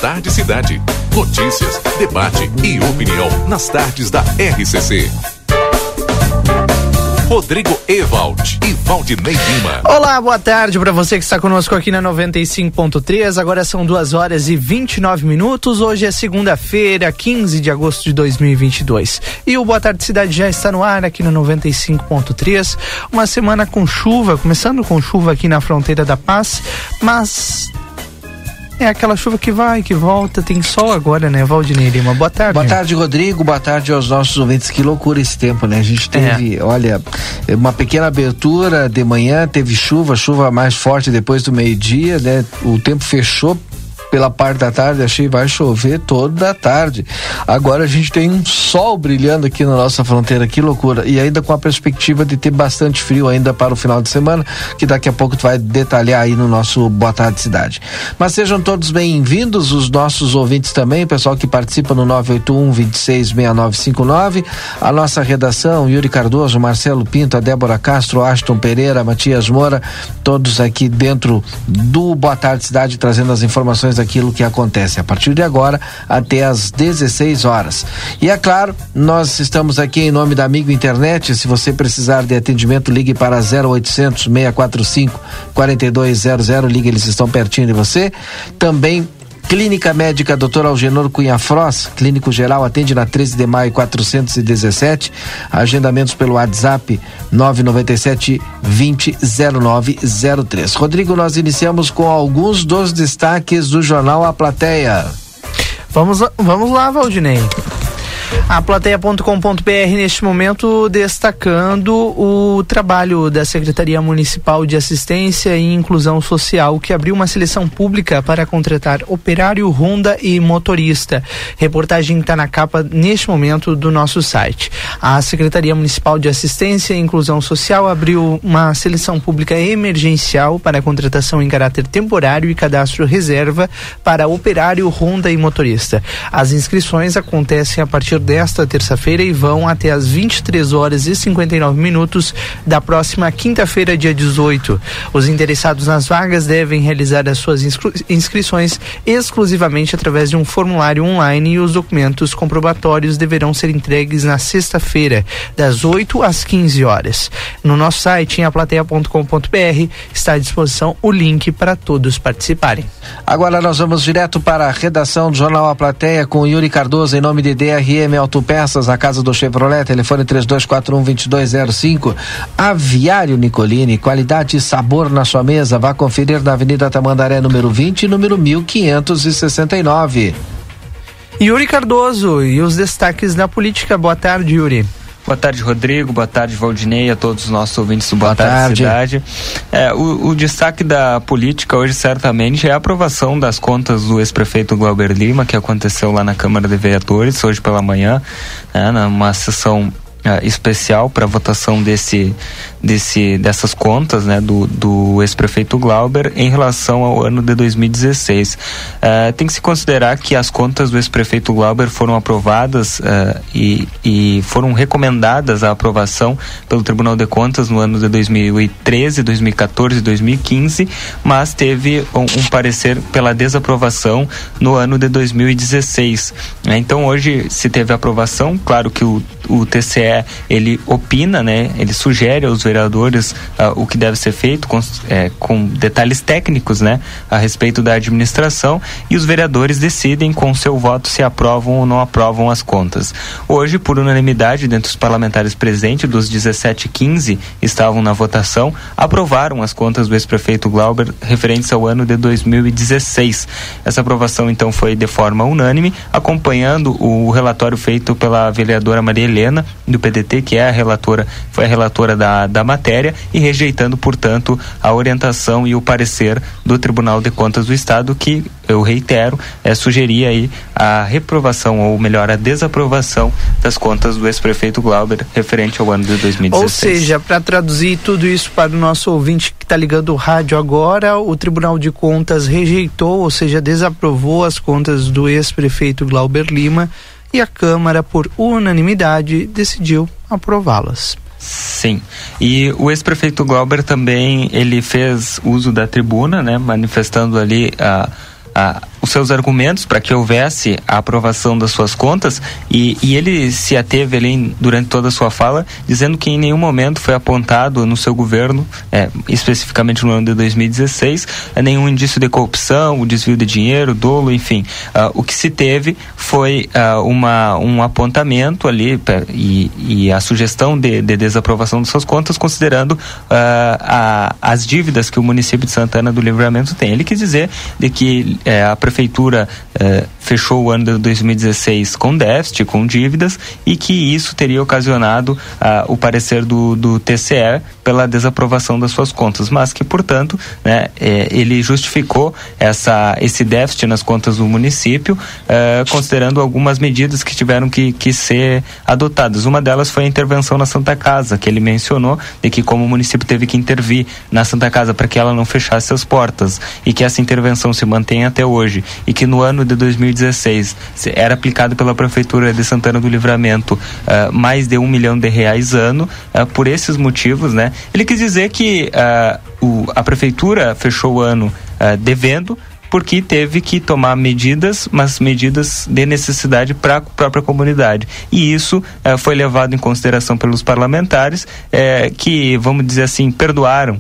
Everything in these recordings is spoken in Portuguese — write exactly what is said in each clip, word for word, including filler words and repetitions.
Tarde Cidade. Notícias, debate e opinião nas tardes da R C C. Rodrigo Ewald e Valdinei Lima. Olá, boa tarde para você que está conosco aqui na noventa e cinco ponto três. Agora são duas horas e vinte e nove minutos. Hoje é segunda-feira, quinze de agosto de dois mil e vinte e dois. E o Boa Tarde Cidade já está no ar aqui no noventa e cinco ponto três. Uma semana com chuva, começando com chuva aqui na fronteira da Paz, mas é aquela chuva que vai, que volta, tem sol agora, né, Valdinei Lima? Boa tarde. Boa tarde, Rodrigo, boa tarde aos nossos ouvintes. Que loucura esse tempo, né? A gente teve, é. olha, uma pequena abertura de manhã, teve chuva, chuva mais forte depois do meio-dia, né? O tempo fechou pela parte da tarde, achei vai chover toda a tarde. Agora a gente tem um sol brilhando aqui na nossa fronteira, que loucura. E ainda com a perspectiva de ter bastante frio ainda para o final de semana, que daqui a pouco tu vai detalhar aí no nosso Boa Tarde Cidade. Mas sejam todos bem-vindos, os nossos ouvintes também, o pessoal que participa no nove oito um, dois seis, seis nove cinco nove, a nossa redação, Yuri Cardoso, Marcelo Pinto, a Débora Castro, Ashton Pereira, Matias Moura, todos aqui dentro do Boa Tarde Cidade, trazendo as informações daquilo que acontece a partir de agora até às dezesseis horas. E é claro, nós estamos aqui em nome da Amigo Internet. Se você precisar de atendimento, ligue para zero oitocentos, seis quatro cinco, quatro dois zero zero, ligue, eles estão pertinho de você. Também Clínica Médica doutor Algenor Cunha Fross, clínico geral, atende na treze de maio quatrocentos e dezessete, agendamentos pelo WhatsApp nove nove sete, vinte, zero nove zero três. Rodrigo, nós iniciamos com alguns dos destaques do jornal A Plateia. Vamos, vamos lá, Valdinei. A plateia ponto com ponto b r neste momento destacando o trabalho da Secretaria Municipal de Assistência e Inclusão Social, que abriu uma seleção pública para contratar operário, ronda e motorista. Reportagem está na capa neste momento do nosso site. A Secretaria Municipal de Assistência e Inclusão Social abriu uma seleção pública emergencial para a contratação em caráter temporário e cadastro reserva para operário, ronda e motorista. As inscrições acontecem a partir desta terça-feira e vão até às vinte e três horas e cinquenta e nove minutos da próxima quinta-feira, dia dezoito. Os interessados nas vagas devem realizar as suas inscri- inscrições exclusivamente através de um formulário online, e os documentos comprobatórios deverão ser entregues na sexta-feira, das oito às quinze horas. No nosso site, em a plateia ponto com ponto b r, está à disposição o link para todos participarem. Agora nós vamos direto para a redação do Jornal A Plateia com Yuri Cardoso, em nome de D R M Autopeças, a casa do Chevrolet, telefone três dois quatro um, dois dois zero cinco. Aviário Nicolini, qualidade e sabor na sua mesa. Vá conferir na Avenida Tamandaré, número vinte, número mil quinhentos e sessenta e nove. Yuri Cardoso e os destaques da política. Boa tarde, Yuri. Boa tarde, Rodrigo. Boa tarde, Valdinei, a todos os nossos ouvintes do Boa, Boa tarde, tarde Cidade. É, o, o destaque da política hoje, certamente, é a aprovação das contas do ex-prefeito Glauber Lima, que aconteceu lá na Câmara de Vereadores hoje pela manhã, né, numa sessão uh, especial para votação desse, desse, dessas contas, né, do, do ex-prefeito Glauber em relação ao ano de dois mil e dezesseis. Uh, tem que se considerar que as contas do ex-prefeito Glauber foram aprovadas uh, e, e foram recomendadas a aprovação pelo Tribunal de Contas no ano de dois mil e treze, dois mil e quatorze e dois mil e quinze, mas teve um, um parecer pela desaprovação no ano de dois mil e dezesseis. Né? Então hoje se teve aprovação, claro que o, o T C E ele opina, né? Ele sugere aos vereadores uh, o que deve ser feito com, é, com detalhes técnicos, né, a respeito da administração, e os vereadores decidem com seu voto se aprovam ou não aprovam as contas. Hoje, por unanimidade, dentre os parlamentares presentes, dos dezessete, quinze estavam na votação, aprovaram as contas do ex-prefeito Glauber referentes ao ano de dois mil e dezesseis. Essa aprovação então foi de forma unânime, acompanhando o relatório feito pela vereadora Maria Helena do P D T, que é a relatora, foi a relatora da, da matéria, e rejeitando, portanto, a orientação e o parecer do Tribunal de Contas do Estado, que, eu reitero, é, sugeria aí a reprovação, ou melhor, a desaprovação das contas do ex-prefeito Glauber referente ao ano de dois mil e dezesseis. Ou seja, para traduzir tudo isso para o nosso ouvinte que está ligando o rádio agora, o Tribunal de Contas rejeitou, ou seja, desaprovou as contas do ex-prefeito Glauber Lima, e a Câmara, por unanimidade, decidiu aprová-las. Sim, e o ex-prefeito Glauber também, ele fez uso da tribuna, né, manifestando ali a, a, os seus argumentos para que houvesse a aprovação das suas contas e, e ele se ateve ali durante toda a sua fala, dizendo que em nenhum momento foi apontado no seu governo, é, especificamente no ano de dois mil e dezesseis, é, nenhum indício de corrupção, o desvio de dinheiro, dolo, enfim. Uh, o que se teve foi uh, uma, um apontamento ali pra, e, e a sugestão de, de desaprovação das suas contas, considerando uh, a, as dívidas que o município de Santana do Livramento tem. Ele quis dizer de que é, a prefeitura é, fechou o ano de dois mil e dezesseis com déficit, com dívidas, e que isso teria ocasionado ah, o parecer do, do T C E pela desaprovação das suas contas, mas que, portanto, né, é, ele justificou essa, esse déficit nas contas do município, é, considerando algumas medidas que tiveram que, que ser adotadas. Uma delas foi a intervenção na Santa Casa, que ele mencionou, de que como o município teve que intervir na Santa Casa para que ela não fechasse as portas, e que essa intervenção se mantém até hoje, e que no ano de dois mil e dezesseis era aplicado pela Prefeitura de Santana do Livramento uh, mais de um milhão de reais ano, uh, por esses motivos, né? Ele quis dizer que uh, o, a Prefeitura fechou o ano uh, devendo, porque teve que tomar medidas, mas medidas de necessidade para a própria comunidade. E isso eh, foi levado em consideração pelos parlamentares, eh, que, vamos dizer assim, perdoaram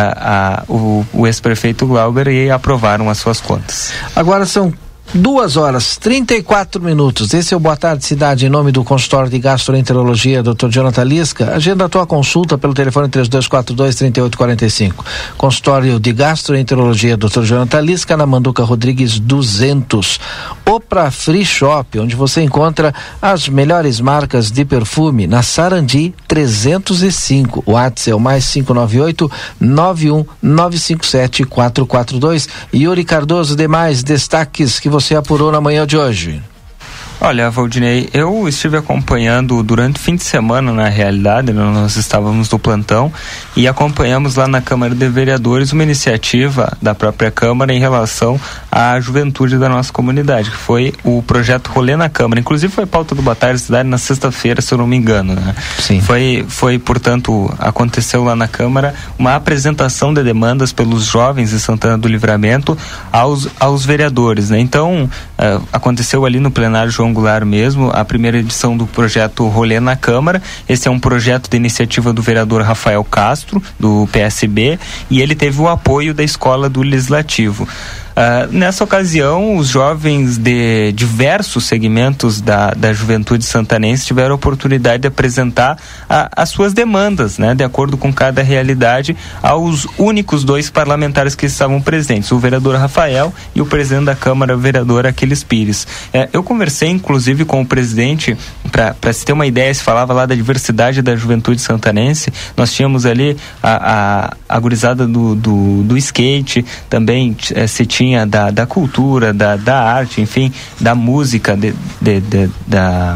a, a, o, o ex-prefeito Glauber e aprovaram as suas contas. Agora são duas horas, trinta e quatro minutos. Esse é o Boa Tarde Cidade, em nome do consultório de gastroenterologia, doutor Jonathan Lisca. Agenda a tua consulta pelo telefone três dois quatro dois, três oito quatro cinco. Consultório de gastroenterologia, doutor Jonathan Lisca, na Manduca Rodrigues duzentos. Opra Free Shop, onde você encontra as melhores marcas de perfume, na Sarandi trezentos e cinco. O WhatsApp é o mais cinco nove oito, nove um nove cinco sete, quatro quatro dois. Yuri Cardoso, demais destaques que você apurou na manhã de hoje. Olha, Valdinei, eu estive acompanhando durante o fim de semana, na realidade, nós estávamos no plantão e acompanhamos lá na Câmara de Vereadores uma iniciativa da própria Câmara em relação à juventude da nossa comunidade, que foi o projeto Rolê na Câmara. Inclusive foi pauta do Boa Tarde Cidade na sexta-feira, se eu não me engano, né? Sim. Foi, foi, portanto, aconteceu lá na Câmara uma apresentação de demandas pelos jovens de Santana do Livramento aos, aos vereadores, né? Então, uh, aconteceu ali no plenário João Goulart mesmo, a primeira edição do projeto Rolê na Câmara. Esse é um projeto de iniciativa do vereador Rafael Castro, do P S B, e ele teve o apoio da Escola do Legislativo. Uh, nessa ocasião, os jovens de diversos segmentos da, da juventude santanense tiveram a oportunidade de apresentar a, as suas demandas, né, de acordo com cada realidade, aos únicos dois parlamentares que estavam presentes, o vereador Rafael e o presidente da Câmara, o vereador Aquiles Pires. É, eu conversei, inclusive, com o presidente, para se ter uma ideia, se falava lá da diversidade da juventude santanense. Nós tínhamos ali a, a, a gurizada do, do, do skate, também é, se tinha Da, da cultura, da, da arte, enfim, da música, de, de, de, da,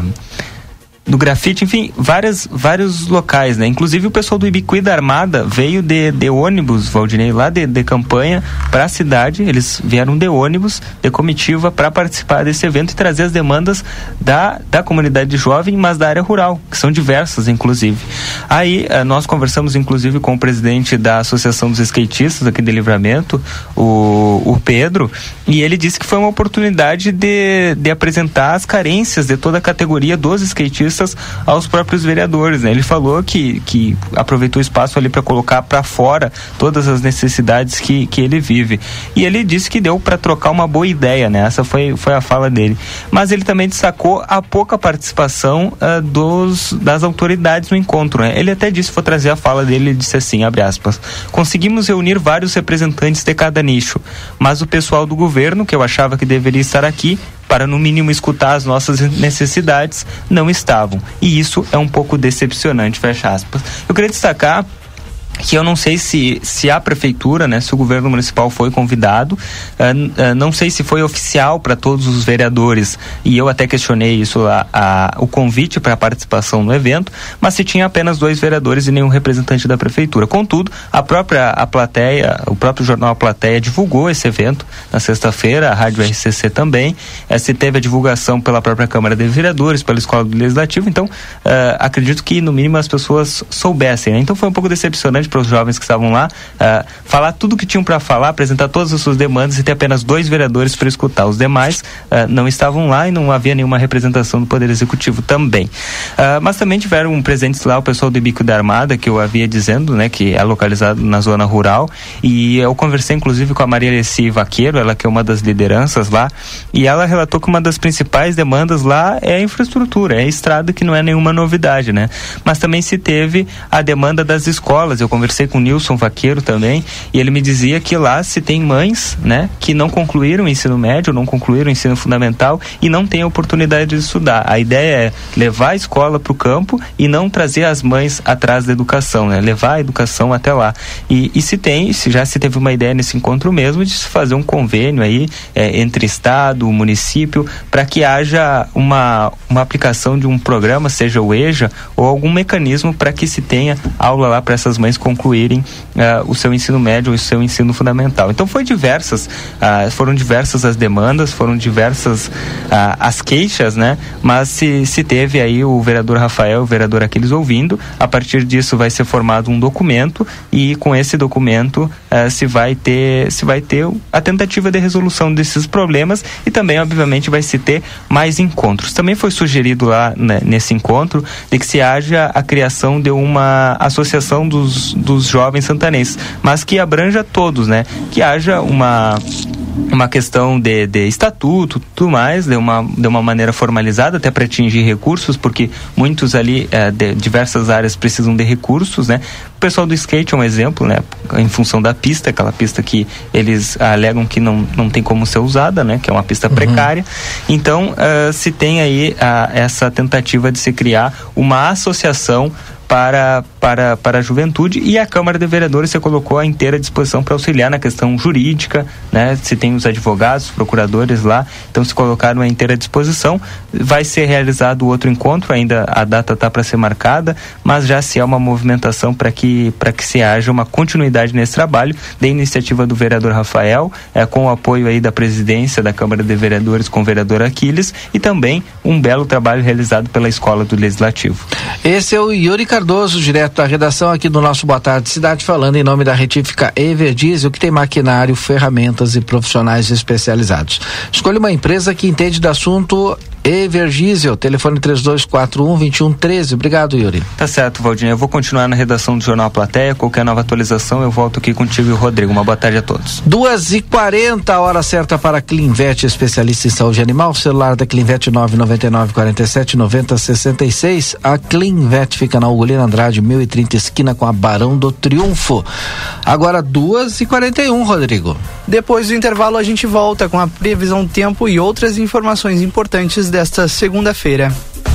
do grafite, enfim, várias, vários locais, né? Inclusive o pessoal do Ibicuí da Armada veio de, de ônibus, Valdinei, lá de, de campanha para a cidade. Eles vieram de ônibus, de comitiva, para participar desse evento e trazer as demandas da, da comunidade jovem, mas da área rural, que são diversas, inclusive. Aí eh, nós conversamos, inclusive, com o presidente da Associação dos Skatistas aqui de Livramento, o, o Pedro, e ele disse que foi uma oportunidade de, de apresentar as carências de toda a categoria dos skatistas aos próprios vereadores, né? Ele falou que, que aproveitou o espaço ali para colocar para fora todas as necessidades que, que ele vive, e ele disse que deu para trocar uma boa ideia, né? Essa foi, foi a fala dele, mas ele também destacou a pouca participação uh, dos, das autoridades no encontro, né? Ele até disse, vou trazer a fala dele, ele disse assim, abre aspas: conseguimos reunir vários representantes de cada nicho, mas o pessoal do governo, que eu achava que deveria estar aqui para no mínimo escutar as nossas necessidades, não estavam. E isso é um pouco decepcionante, fecha aspas. Eu queria destacar que eu não sei se, se a prefeitura, né, se o governo municipal foi convidado, uh, uh, não sei se foi oficial para todos os vereadores, e eu até questionei isso, a, a, o convite para a participação no evento, mas se tinha apenas dois vereadores e nenhum representante da prefeitura. Contudo, a própria a plateia, o próprio jornal A Plateia divulgou esse evento na sexta-feira, a Rádio R C C também, uh, se teve a divulgação pela própria Câmara de Vereadores, pela Escola do Legislativo, então uh, acredito que no mínimo as pessoas soubessem, né? Então foi um pouco decepcionante importante para os jovens que estavam lá, uh, falar tudo o que tinham para falar, apresentar todas as suas demandas e ter apenas dois vereadores para escutar. Os demais uh, não estavam lá e não havia nenhuma representação do Poder Executivo também. Uh, mas também tiveram presentes lá o pessoal do Bico da Armada, que eu havia dizendo, né, que é localizado na zona rural, e eu conversei inclusive com a Maria Alessi Vaqueiro, ela que é uma das lideranças lá, e ela relatou que uma das principais demandas lá é a infraestrutura, é a estrada, que não é nenhuma novidade, né? Mas também se teve a demanda das escolas. Eu conversei com o Nilson Vaqueiro também, e ele me dizia que lá se tem mães, né, que não concluíram o ensino médio, não concluíram o ensino fundamental e não têm a oportunidade de estudar. A ideia é levar a escola para o campo e não trazer as mães atrás da educação, né? Levar a educação até lá. E, e se tem, se já se teve uma ideia nesse encontro mesmo de se fazer um convênio aí é, entre Estado, município, para que haja uma, uma aplicação de um programa, seja o EJA, ou algum mecanismo para que se tenha aula lá para essas mães concluírem uh, o seu ensino médio ou o seu ensino fundamental. Então foi diversas, uh, foram diversas as demandas, foram diversas uh, as queixas, né? Mas se, se teve aí o vereador Rafael, o vereador Aquiles ouvindo, a partir disso vai ser formado um documento, e com esse documento uh, se vai ter, se vai ter a tentativa de resolução desses problemas, e também obviamente vai se ter mais encontros. Também foi sugerido lá, né, nesse encontro, de que se haja a criação de uma associação dos, dos jovens santanenses, mas que abranja todos, né? Que haja uma uma questão de, de estatuto, tudo mais, de uma, de uma maneira formalizada, até para atingir recursos, porque muitos ali, é, de diversas áreas, precisam de recursos, né? O pessoal do skate é um exemplo, né? Em função da pista, aquela pista que eles alegam que não, não tem como ser usada, né? Que é uma pista uhum. precária. Então, uh, se tem aí uh, essa tentativa de se criar uma associação para, para, para a juventude, e a Câmara de Vereadores se colocou à inteira disposição para auxiliar na questão jurídica, né? Se tem os advogados, os procuradores lá, então se colocaram à inteira disposição. Vai ser realizado outro encontro, ainda a data está para ser marcada, mas já se há uma movimentação para que, para que se haja uma continuidade nesse trabalho, da iniciativa do vereador Rafael, é, com o apoio aí da presidência da Câmara de Vereadores com o vereador Aquiles, e também um belo trabalho realizado pela Escola do Legislativo. Esse é o Yuri Cardoso, direto da redação aqui do nosso Boa Tarde Cidade, falando em nome da Retífica Everdiesel, que tem maquinário, ferramentas e profissionais especializados. Escolha uma empresa que entende do assunto. Everdiesel, telefone três dois quatro um, dois um um três. Obrigado, Yuri. Tá certo, Valdinei. Eu vou continuar na redação do Jornal Plateia. Qualquer nova atualização, eu volto aqui contigo e o Rodrigo. Uma boa tarde a todos. duas e quarenta, hora certa para a Clinvet, especialista em saúde animal. Celular da Clinvet nove nove nove, quatro sete, nove zero seis seis. A Clinvet fica na Ugolino Andrade, mil e trinta, esquina com a Barão do Triunfo. Agora duas e quarenta e um, Rodrigo. Depois do intervalo a gente volta com a previsão do tempo e outras informações importantes desta segunda-feira.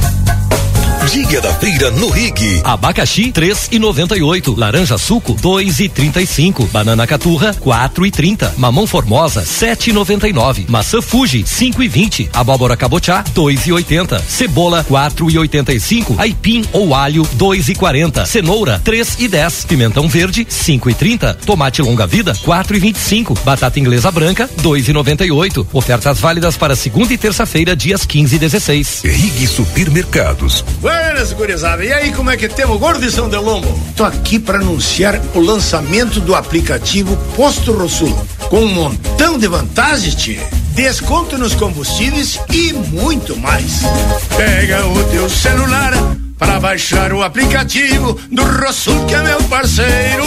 Dia da feira no Rig. Abacaxi três e noventa e oito, laranja suco dois e trinta e cinco, banana caturra quatro e trinta, mamão formosa sete e noventa e nove, maçã Fuji cinco e vinte, abóbora cabotiá dois e oitenta, cebola quatro e oitenta e cinco, aipim ou alho dois e quarenta, cenoura três e dez, pimentão verde cinco e trinta, tomate longa vida quatro e vinte e cinco, batata inglesa branca dois e noventa e oito. Ofertas válidas para segunda e terça-feira, dias quinze e dezesseis. Rig Supermercados. Buenas, gurizada. E aí, como é que temos, gordo de São Delombo? Tô aqui para anunciar o lançamento do aplicativo Posto Rosul, com um montão de vantagens, tchê. Desconto nos combustíveis e muito mais. Pega o teu celular para baixar o aplicativo do Rosul, que é meu parceiro.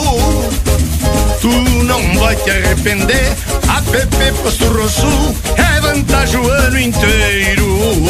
Tu não vai te arrepender. App Posto Rosul é vantagem o ano inteiro.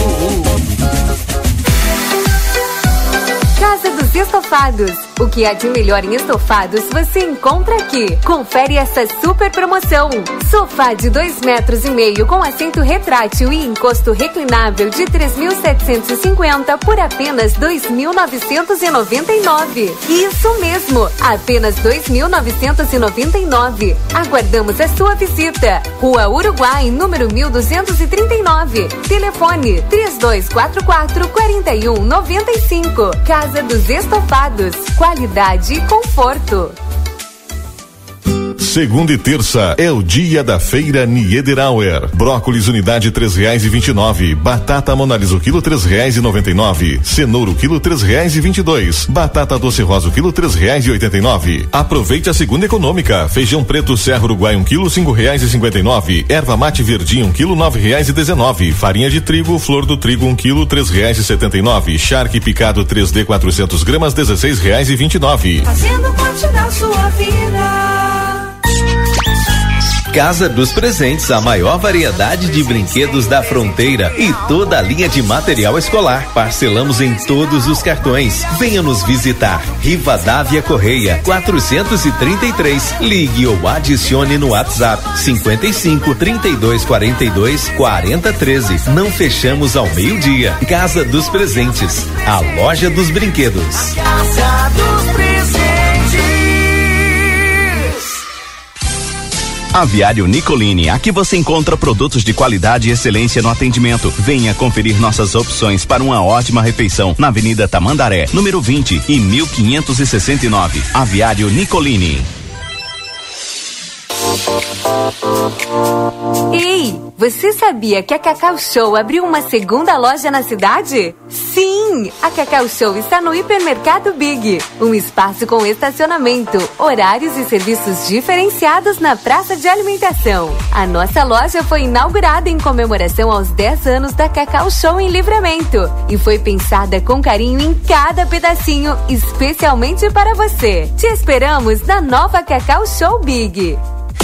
Casa dos Estofados. O que há de melhor em estofados você encontra aqui. Confere essa super promoção. Sofá de dois metros e meio com assento retrátil e encosto reclinável de três mil setecentos e cinquenta por apenas dois mil novecentos e noventa e nove. Isso mesmo, apenas dois mil novecentos e noventa e nove. Aguardamos a sua visita. Rua Uruguai, número mil duzentos e trinta e nove. Telefone três dois quatro quatro, quatro um nove cinco. Casa dos Estofados. Qualidade e conforto. Segunda e terça é o dia da feira Niederauer. Brócolis unidade três reais e vinte e nove. Batata Monalisa o quilo três reais e noventa e nove. Cenoura o quilo três reais e vinte e dois. Batata doce rosa o quilo três reais e oitenta e nove. Aproveite a segunda econômica. Feijão preto Serra Uruguai um quilo cinco reais e cinquenta e nove. Erva mate verdinha um quilo nove reais e dezenove. Farinha de trigo Flor do Trigo um quilo três reais e setenta e nove. Charque picado três D quatrocentos gramas dezesseis reais e vinte e nove. Fazendo parte da sua vida. Casa dos Presentes, a maior variedade de brinquedos da fronteira e toda a linha de material escolar. Parcelamos em todos os cartões. Venha nos visitar. Rivadavia Correia, quatrocentos e trinta e três. Ligue ou adicione no WhatsApp cinquenta e cinco, trinta e dois, quarenta e dois, quarenta, treze. Não fechamos ao meio-dia. Casa dos Presentes, a loja dos brinquedos. Casa dos Presentes. Aviário Nicolini, aqui você encontra produtos de qualidade e excelência no atendimento. Venha conferir nossas opções para uma ótima refeição na Avenida Tamandaré, número vinte e mil quinhentos e sessenta e nove. Aviário Nicolini. Ei, você sabia que a Cacau Show abriu uma segunda loja na cidade? Sim, a Cacau Show está no Hipermercado Big, um espaço com estacionamento, horários e serviços diferenciados na praça de alimentação. A nossa loja foi inaugurada em comemoração aos dez anos da Cacau Show em Livramento e foi pensada com carinho em cada pedacinho, especialmente para você. Te esperamos na nova Cacau Show Big.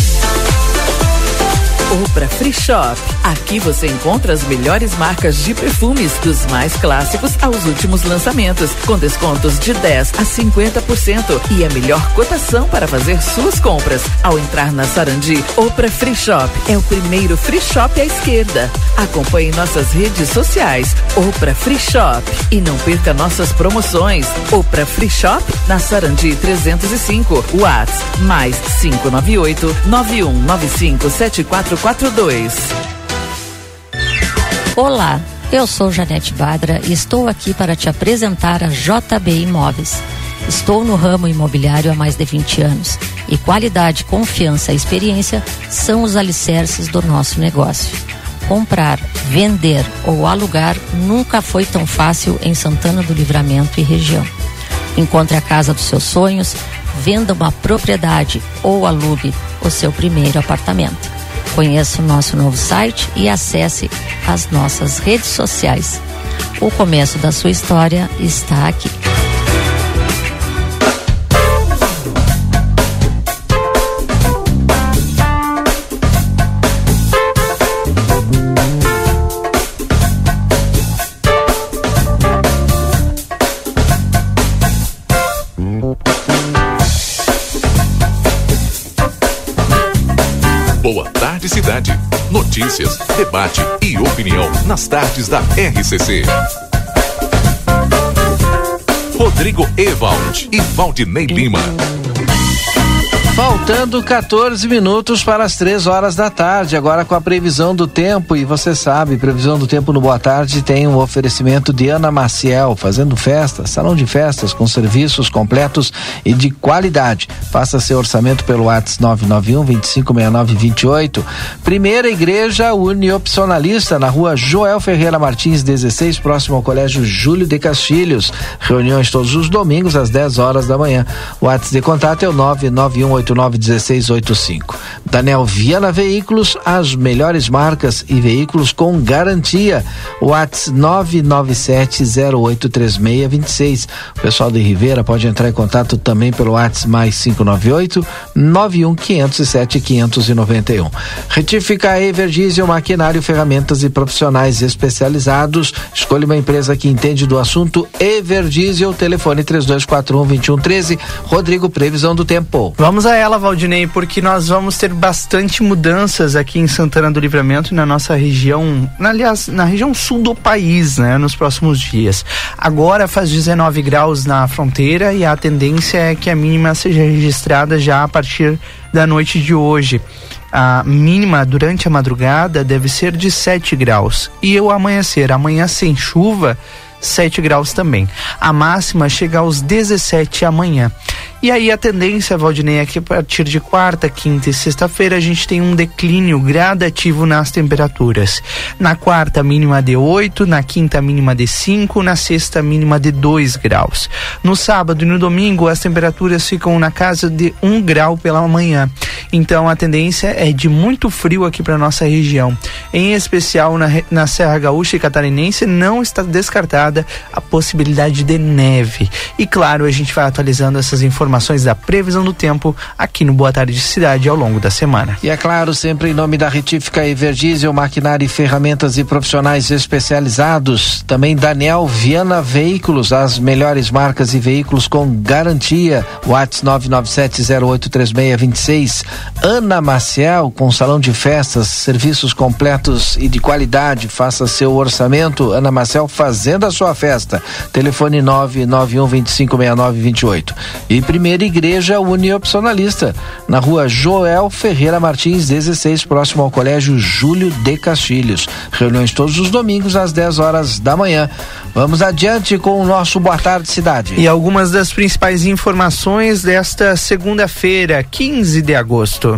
Opra Free Shop. Aqui você encontra as melhores marcas de perfumes, dos mais clássicos aos últimos lançamentos, com descontos de dez a cinquenta por cento e a melhor cotação para fazer suas compras. Ao entrar na Sarandi, Opra Free Shop é o primeiro free shop à esquerda. Acompanhe nossas redes sociais, Opra Free Shop, e não perca nossas promoções. Opra Free Shop na Sarandi trezentos e cinco, WhatsApp mais cinco nove oito, nove um nove cinco, sete quatro quatro dois. Olá, eu sou Janete Badra e estou aqui para te apresentar a J B Imóveis. Estou no ramo imobiliário há mais de vinte anos e qualidade, confiança e experiência são os alicerces do nosso negócio. Comprar, vender ou alugar nunca foi tão fácil em Santana do Livramento e região. Encontre a casa dos seus sonhos, venda uma propriedade ou alugue o seu primeiro apartamento. Conheça o nosso novo site e acesse as nossas redes sociais. O começo da sua história está aqui. Boa tarde, cidade. Notícias, debate e opinião nas tardes da R C C. Rodrigo Ewald e Valdinei Lima. Faltando quatorze minutos para as três horas da tarde, agora com a previsão do tempo. E você sabe, previsão do tempo no Boa Tarde tem um oferecimento de Ana Maciel, fazendo festas, salão de festas com serviços completos e de qualidade. Faça seu orçamento pelo WhatsApp nove nove um, vinte e cinco, sessenta e nove, vinte e oito. Primeira Igreja Uniopcionalista, na rua Joel Ferreira Martins, dezesseis, próximo ao Colégio Júlio de Castilhos. Reuniões todos os domingos às dez horas da manhã. O WhatsApp de contato é o nove nove um, oito nove um seis oito cinco. Daniel Viana Veículos, as melhores marcas e veículos com garantia. WhatsApp nove nove sete, zero oito três seis dois seis. O pessoal de Ribeira pode entrar em contato também pelo WhatsApp mais cinco nove oito, nove um zero zero sete, quinhentos e noventa e um. Retifica Everdiesel, maquinário, ferramentas e profissionais especializados. Escolha uma empresa que entende do assunto. Everdiesel, telefone três dois quatro um, dois um um três. Rodrigo, previsão do tempo. Vamos a ela, Valdinei, porque nós vamos ter bastante mudanças aqui em Santana do Livramento e na nossa região, na, aliás, na região sul do país, né, nos próximos dias. Agora faz dezenove graus na fronteira e a tendência é que a mínima seja registrada já a partir da noite de hoje. A mínima durante a madrugada deve ser de sete graus e o amanhecer, amanhã sem chuva, sete graus também. A máxima chega aos dezessete amanhã. E aí a tendência, Valdinei, é que a partir de quarta, quinta e sexta-feira a gente tem um declínio gradativo nas temperaturas. Na quarta, mínima de oito, na quinta, mínima de cinco, na sexta, mínima de dois graus. No sábado e no domingo, as temperaturas ficam na casa de um grau pela manhã. Então a tendência é de muito frio aqui para nossa região. Em especial na, na Serra Gaúcha e Catarinense, não está descartada a possibilidade de neve. E claro, a gente vai atualizando essas informações da previsão do tempo aqui no Boa Tarde Cidade ao longo da semana. E é claro, sempre em nome da Retífica Everdiesel, maquinário e ferramentas e profissionais especializados. Também Daniel Viana Veículos, as melhores marcas e veículos com garantia. WhatsApp nove nove sete zero oito três seis dois seis. Ana Maciel, com salão de festas, serviços completos e de qualidade. Faça seu orçamento. Ana Maciel fazendo a sua festa. Telefone nove nove um dois cinco seis nove dois oito. E Primeira Igreja Uniopcionalista, na rua Joel Ferreira Martins, dezesseis, próximo ao Colégio Júlio de Castilhos. Reuniões todos os domingos às dez horas da manhã. Vamos adiante com o nosso Boa Tarde Cidade. E algumas das principais informações desta segunda-feira, quinze de agosto.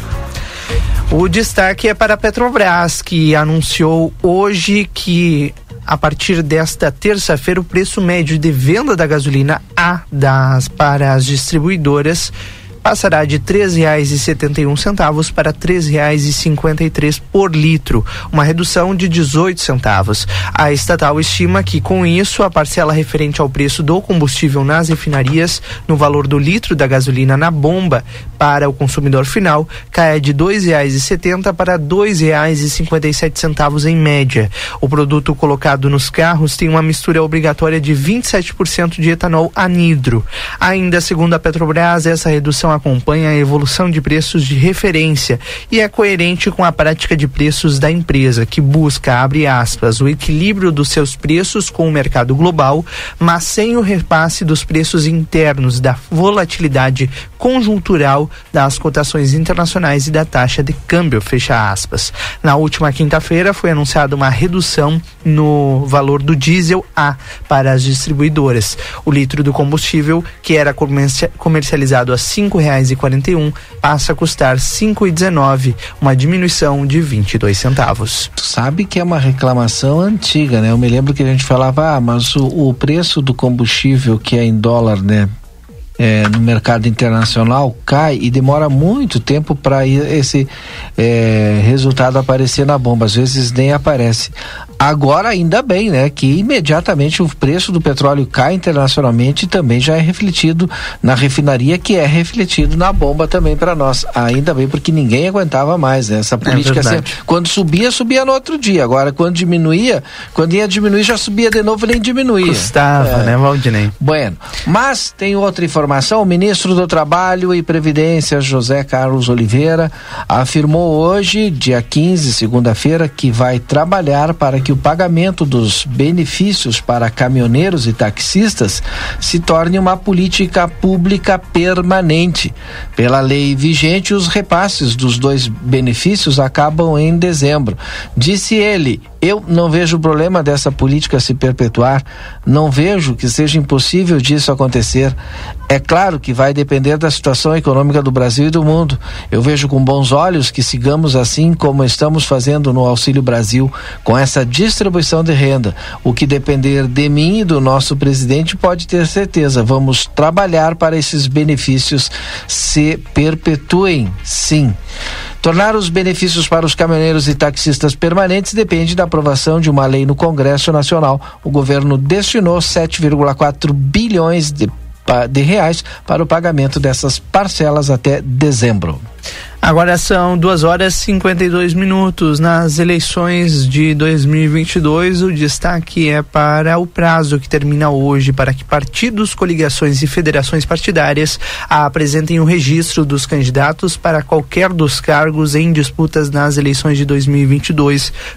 O destaque é para a Petrobras, que anunciou hoje que a partir desta terça-feira o preço médio de venda da gasolina A das, para as distribuidoras passará de três reais e setenta e um centavos para três reais e cinquenta e três por litro, uma redução de dezoito centavos. A estatal estima que com isso a parcela referente ao preço do combustível nas refinarias no valor do litro da gasolina na bomba para o consumidor final cai de dois reais e setenta para dois reais e cinquenta e sete centavos em média. O produto colocado nos carros tem uma mistura obrigatória de vinte e sete por cento de etanol anidro. Ainda segundo a Petrobras, essa redução acompanha a evolução de preços de referência e é coerente com a prática de preços da empresa, que busca, abre aspas, o equilíbrio dos seus preços com o mercado global, mas sem o repasse dos preços internos, da volatilidade conjuntural das cotações internacionais e da taxa de câmbio, fecha aspas. Na última quinta-feira foi anunciada uma redução no valor do diesel A para as distribuidoras. O litro do combustível, que era comercializado a cinco reais e quarenta e um, passa a custar cinco reais e dezenove, uma diminuição de vinte e dois centavos. Tu sabe que é uma reclamação antiga, né? Eu me lembro que a gente falava, ah, mas o, o preço do combustível que é em dólar, né? É, no mercado internacional cai e demora muito tempo para esse é, resultado aparecer na bomba, às vezes nem aparece. Agora ainda bem, né, que imediatamente o preço do petróleo cai internacionalmente e também já é refletido na refinaria, que é refletido na bomba também para nós. Ainda bem, porque ninguém aguentava mais, né? Essa política, é sempre, quando subia, subia no outro dia. Agora quando diminuía, quando ia diminuir já subia de novo, nem diminuía. Custava, é. né, Valdinei? Bueno, mas tem outra informação. O ministro do Trabalho e Previdência, José Carlos Oliveira, afirmou hoje, dia quinze, segunda-feira, que vai trabalhar para que o pagamento dos benefícios para caminhoneiros e taxistas se torne uma política pública permanente. Pela lei vigente, os repasses dos dois benefícios acabam em dezembro. Disse ele: eu não vejo problema dessa política se perpetuar, não vejo que seja impossível disso acontecer. É claro que vai depender da situação econômica do Brasil e do mundo. Eu vejo com bons olhos que sigamos assim como estamos fazendo no Auxílio Brasil, com essa distribuição de renda. O que depender de mim e do nosso presidente, pode ter certeza, vamos trabalhar para esses benefícios se perpetuem, sim. Tornar os benefícios para os caminhoneiros e taxistas permanentes depende da aprovação de uma lei no Congresso Nacional. O governo destinou sete vírgula quatro bilhões de, de reais para o pagamento dessas parcelas até dezembro. Agora são duas horas e cinquenta e dois minutos. Nas eleições de dois mil e vinte e dois, o destaque é para o prazo que termina hoje para que partidos, coligações e federações partidárias apresentem o registro dos candidatos para qualquer dos cargos em disputas nas eleições de dois mil e vinte e dois,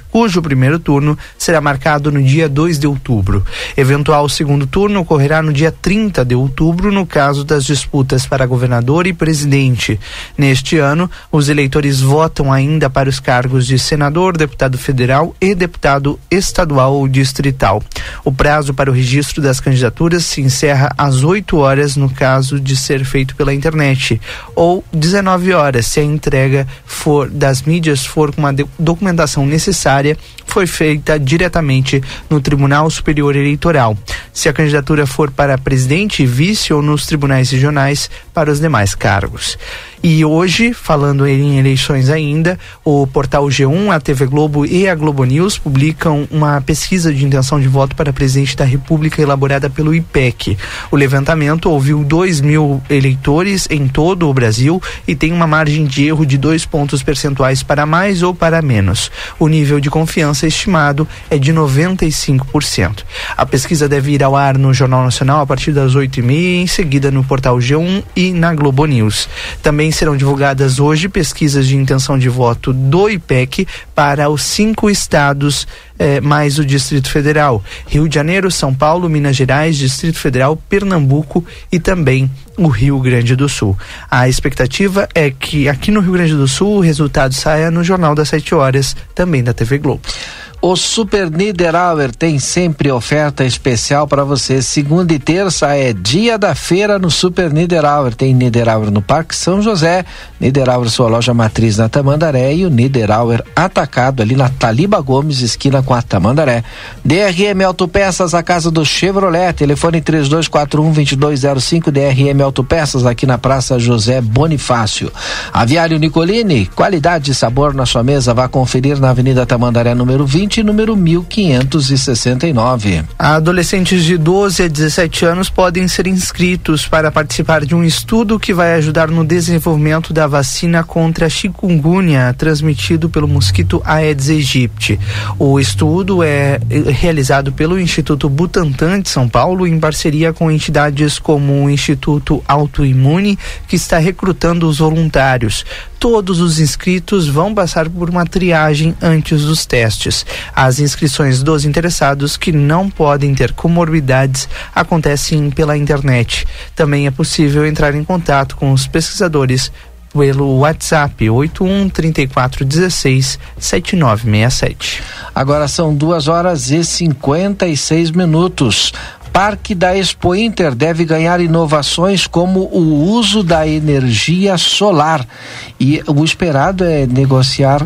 cujo primeiro turno será marcado no dia dois de outubro. Eventual segundo turno ocorrerá no dia trinta de outubro, no caso das disputas para governador e presidente. Neste ano, os eleitores votam ainda para os cargos de senador, deputado federal e deputado estadual ou distrital. O prazo para o registro das candidaturas se encerra às oito horas no caso de ser feito pela internet, ou dezenove horas se a entrega for das mídias for com a documentação necessária foi feita diretamente no Tribunal Superior Eleitoral. Se a candidatura for para presidente e vice ou nos tribunais regionais para os demais cargos. E hoje, falando em eleições ainda, o portal G um, a T V Globo e a Globo News publicam uma pesquisa de intenção de voto para presidente da República elaborada pelo I P E C. O levantamento ouviu dois mil eleitores em todo o Brasil e tem uma margem de erro de dois pontos percentuais para mais ou para menos. O nível de confiança estimado é de noventa e cinco por cento. A pesquisa deve ir ao ar no Jornal Nacional a partir das oito e meia, em seguida no portal G um e na Globo News. Também serão divulgadas hoje pesquisas de intenção de voto do I P E C para os cinco estados eh, mais o Distrito Federal: Rio de Janeiro, São Paulo, Minas Gerais, Distrito Federal, Pernambuco e também o Rio Grande do Sul. A expectativa é que aqui no Rio Grande do Sul o resultado saia no Jornal das sete horas, também da T V Globo. O Super Niederauer tem sempre oferta especial para você. Segunda e terça é dia da feira no Super Niederauer. Tem Niederauer no Parque São José, Niederauer sua loja matriz na Tamandaré e o Niederauer atacado ali na Taliba Gomes, esquina com a Tamandaré. D R M Autopeças, a casa do Chevrolet, telefone três dois quatro um, dois dois zero cinco. D R M Autopeças, aqui na Praça José Bonifácio. Aviário Nicolini, qualidade e sabor na sua mesa. Vá conferir na Avenida Tamandaré número vinte, número mil quinhentos e sessenta e nove. Adolescentes de doze a dezessete anos podem ser inscritos para participar de um estudo que vai ajudar no desenvolvimento da vacina contra a chikungunya, transmitido pelo mosquito Aedes aegypti. O estudo é realizado pelo Instituto Butantan de São Paulo, em parceria com entidades como o Instituto Autoimune, que está recrutando os voluntários. Todos os inscritos vão passar por uma triagem antes dos testes. As inscrições dos interessados que não podem ter comorbidades acontecem pela internet. Também é possível entrar em contato com os pesquisadores pelo WhatsApp oito um, três quatro um seis, sete nove seis sete. Agora são duas horas e cinquenta e seis minutos. Parque da Expo Inter deve ganhar inovações como o uso da energia solar, e o esperado é negociar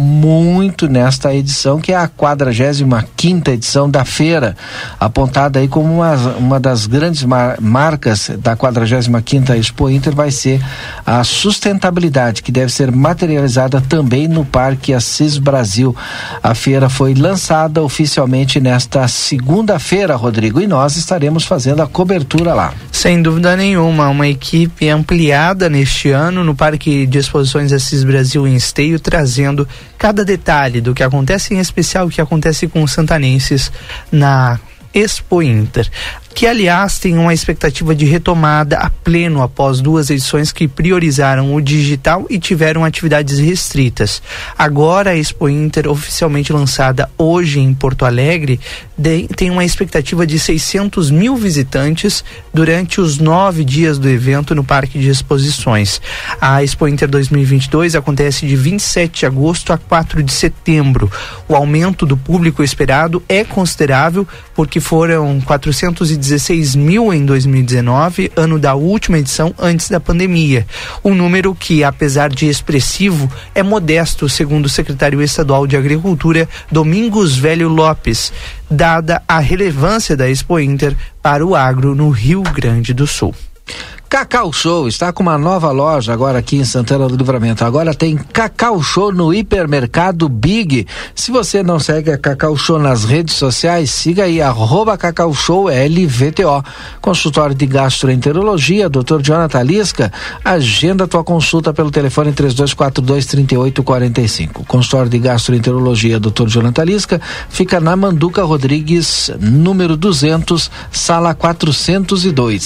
muito nesta edição, que é a quadragésima quinta edição da feira, apontada aí como uma, uma das grandes mar, marcas da quadragésima quinta Expo Inter vai ser a sustentabilidade, que deve ser materializada também no Parque Assis Brasil. A feira foi lançada oficialmente nesta segunda-feira, Rodrigo, e nós estaremos fazendo a cobertura lá. Sem dúvida nenhuma, uma equipe ampliada neste ano no Parque de Exposições Assis Brasil em Esteio, trazendo cada detalhe do que acontece, em especial o que acontece com os santanenses na Expo Inter, que aliás tem uma expectativa de retomada a pleno após duas edições que priorizaram o digital e tiveram atividades restritas. Agora a Expo Inter, oficialmente lançada hoje em Porto Alegre, de, tem uma expectativa de seiscentos mil visitantes durante os nove dias do evento no Parque de Exposições. A Expo Inter dois mil e vinte e dois acontece de vinte e sete de agosto a quatro de setembro. O aumento do público esperado é considerável, porque foram quatrocentos e dezesseis mil em dois mil e dezenove, ano da última edição antes da pandemia. Um número que, apesar de expressivo, é modesto, segundo o secretário estadual de Agricultura, Domingos Velho Lopes, dada a relevância da Expo Inter para o agro no Rio Grande do Sul. Cacau Show está com uma nova loja agora aqui em Santana do Livramento. Agora tem Cacau Show no Hipermercado Big. Se você não segue a Cacau Show nas redes sociais, siga aí, arroba Cacau Show L V T O. Consultório de Gastroenterologia, doutor Jonathan Lisca. Agenda tua consulta pelo telefone três dois quatro dois, três oito quatro cinco. Consultório de Gastroenterologia, doutor Jonathan Lisca, fica na Manduca Rodrigues, número duzentos, sala quatrocentos e dois.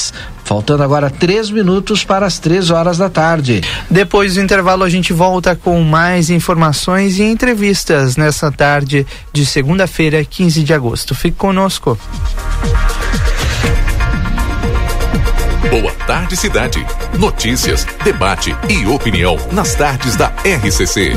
Faltando agora três minutos para as três horas da tarde. Depois do intervalo a gente volta com mais informações e entrevistas nessa tarde de segunda-feira, quinze de agosto. Fique conosco. Boa tarde, cidade. Notícias, debate e opinião nas tardes da R C C.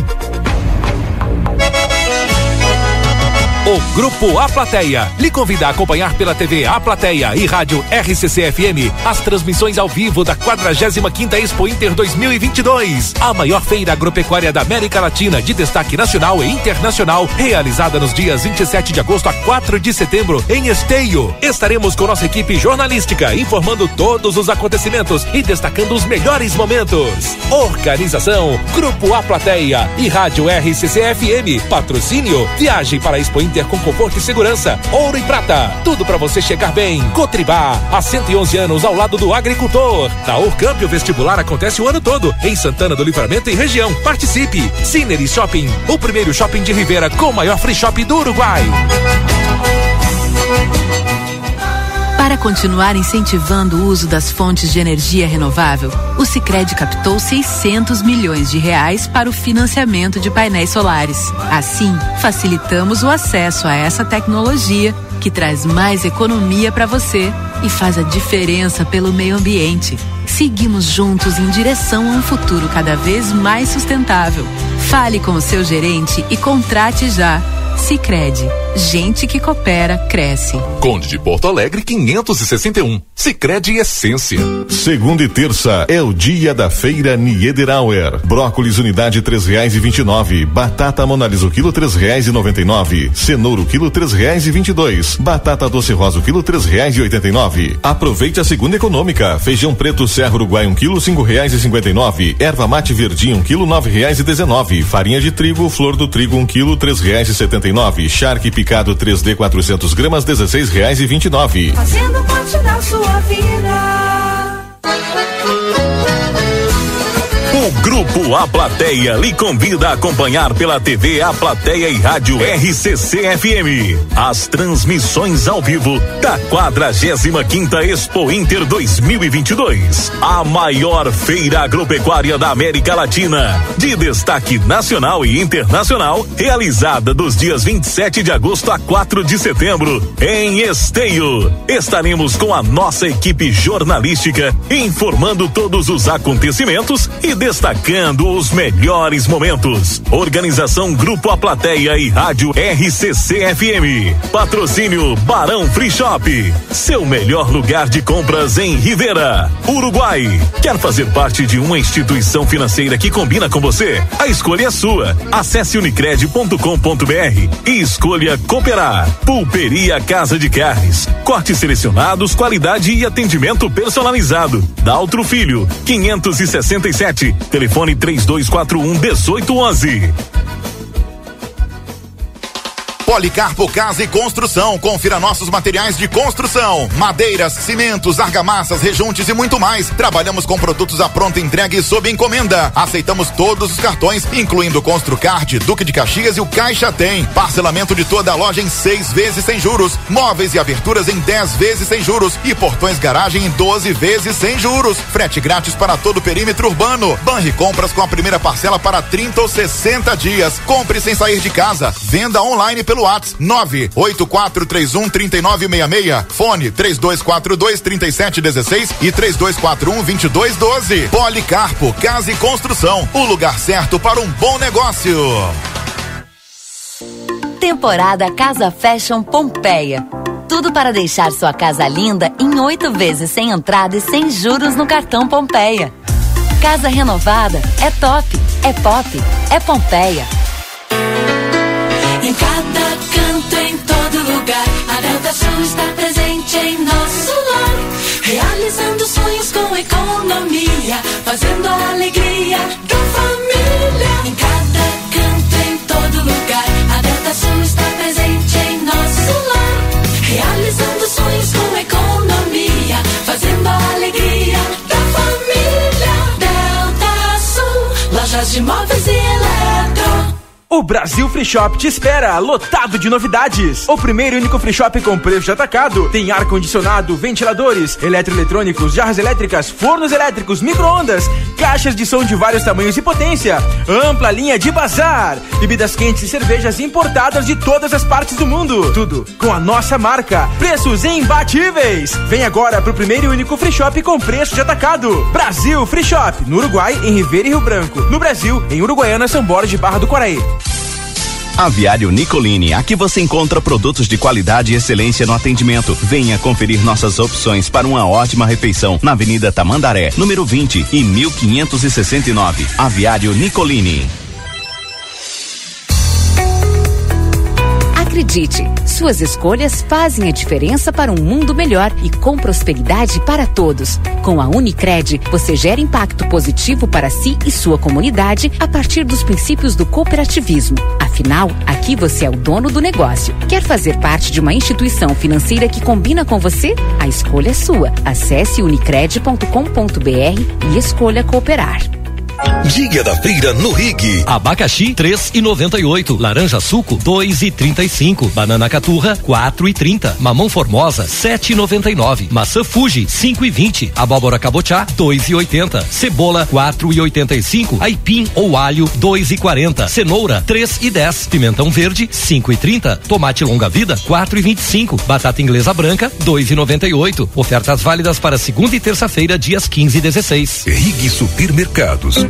O Grupo A Plateia lhe convida a acompanhar pela T V A Plateia e rádio R C C F M as transmissões ao vivo da quadragésima quinta Expo Inter dois mil e vinte e dois, a maior feira agropecuária da América Latina de destaque nacional e internacional, realizada nos dias vinte e sete de agosto a quatro de setembro em Esteio. Estaremos com nossa equipe jornalística informando todos os acontecimentos e destacando os melhores momentos. Organização Grupo A Plateia e rádio R C C F M. Patrocínio Viagem para a Expo Inter com conforto e segurança. Ouro e prata, tudo para você chegar bem. Cotribá, há cento e onze anos ao lado do agricultor. Na Urcamp o vestibular acontece o ano todo em Santana do Livramento e região. Participe. Cinery Shopping, o primeiro shopping de Rivera com o maior free shop do Uruguai. Para continuar incentivando o uso das fontes de energia renovável, o Sicredi captou seiscentos milhões de reais para o financiamento de painéis solares. Assim, facilitamos o acesso a essa tecnologia que traz mais economia para você e faz a diferença pelo meio ambiente. Seguimos juntos em direção a um futuro cada vez mais sustentável. Fale com o seu gerente e contrate já. Sicredi, gente que coopera, cresce. Conde de Porto Alegre quinhentos e sessenta e um. Sicredi Essência. Segunda e terça é o dia da feira Niederauer. Brócolis unidade três reais e vinte e nove. Batata Monalisa o quilo três reais e noventa e nove. Cenoura o quilo três reais e vinte e dois. Batata doce rosa o quilo três reais e oitenta e nove. Aproveite a segunda econômica. Feijão preto Serra Uruguai um quilo cinco reais e cinquenta e nove. Erva mate verdinha um quilo nove reais e dezenove. Farinha de trigo Flor do Trigo um quilo três reais e setenta e nove. Charque picado três D quatrocentos gramas dezesseis reais e vinte e nove. Fazendo parte da sua vida. O Grupo A Plateia lhe convida a acompanhar pela T V A Plateia e rádio R C C F M as transmissões ao vivo da quadragésima quinta Expo Inter dois mil e vinte e dois, a maior feira agropecuária da América Latina, de destaque nacional e internacional, realizada dos dias vinte e sete de agosto a quatro de setembro em Esteio. Estaremos com a nossa equipe jornalística informando todos os acontecimentos e destacando os melhores momentos. Organização Grupo A Plateia e rádio R C C F M. Patrocínio Barão Free Shop, seu melhor lugar de compras em Rivera, Uruguai. Quer fazer parte de uma instituição financeira que combina com você? A escolha é sua. Acesse unicred ponto com ponto br e escolha cooperar. Pulperia Casa de Carnes, cortes selecionados, qualidade e atendimento personalizado. Daltro Filho, quinhentos e sessenta e sete. Telefone três dois quatro um, um oito um um. Policarpo Casa e Construção. Confira nossos materiais de construção: madeiras, cimentos, argamassas, rejuntes e muito mais. Trabalhamos com produtos à pronta entrega e sob encomenda. Aceitamos todos os cartões, incluindo o Construcard, Duque de Caxias e o Caixa Tem. Parcelamento de toda a loja em seis vezes sem juros. Móveis e aberturas em dez vezes sem juros. E portões garagem em doze vezes sem juros. Frete grátis para todo o perímetro urbano. Banri Compras com a primeira parcela para trinta ou sessenta dias. Compre sem sair de casa. Venda online pelo WhatsApp nove oito quatro três um, três nove seis seis. Fone três dois quatro dois, três sete um seis e três dois quatro um, dois dois um dois. Policarpo Casa e Construção, o lugar certo para um bom negócio. Temporada Casa Fashion Pompeia. Tudo para deixar sua casa linda em oito vezes sem entrada e sem juros no cartão Pompeia. Casa renovada é top, é pop, é Pompeia. Em cada canto, em todo lugar, a Delta Sul está presente em nosso lar, realizando sonhos com economia, fazendo a alegria da família. Em cada canto, em todo lugar, a Delta Sul está presente em nosso lar, realizando sonhos com economia, fazendo a alegria da família. Delta Sul, lojas de móveis e eletro. O Brasil Free Shop te espera, lotado de novidades. O primeiro e único free shop com preço de atacado. Tem ar-condicionado, ventiladores, eletroeletrônicos, jarras elétricas, fornos elétricos, micro-ondas, caixas de som de vários tamanhos e potência, ampla linha de bazar, bebidas quentes e cervejas importadas de todas as partes do mundo. Tudo com a nossa marca. Preços imbatíveis. Vem agora pro primeiro e único free shop com preço de atacado. Brasil Free Shop. No Uruguai, em Ribeira e Rio Branco. No Brasil, em Uruguaiana, São Borja de Barra do Quaraí. Aviário Nicolini, aqui você encontra produtos de qualidade e excelência no atendimento. Venha conferir nossas opções para uma ótima refeição na Avenida Tamandaré, número vinte e mil quinhentos e sessenta e nove. Aviário Nicolini. Acredite, suas escolhas fazem a diferença para um mundo melhor e com prosperidade para todos. Com a Unicred, você gera impacto positivo para si e sua comunidade a partir dos princípios do cooperativismo. Afinal, aqui você é o dono do negócio. Quer fazer parte de uma instituição financeira que combina com você? A escolha é sua. Acesse unicred ponto com ponto br e escolha cooperar. Dia da feira no Rig. Abacaxi três e noventa e oito, laranja suco dois e trinta e cinco, banana caturra quatro e trinta, mamão formosa sete e noventa e nove, maçã Fuji cinco e vinte, abóbora cabotiá dois e oitenta, cebola quatro e oitenta e cinco, aipim ou alho dois e quarenta, cenoura três e dez, pimentão verde cinco e trinta, tomate longa vida quatro e vinte e cinco, batata inglesa branca dois e noventa e oito. Ofertas válidas para segunda e terça-feira, dias quinze e dezesseis. Rig Supermercados.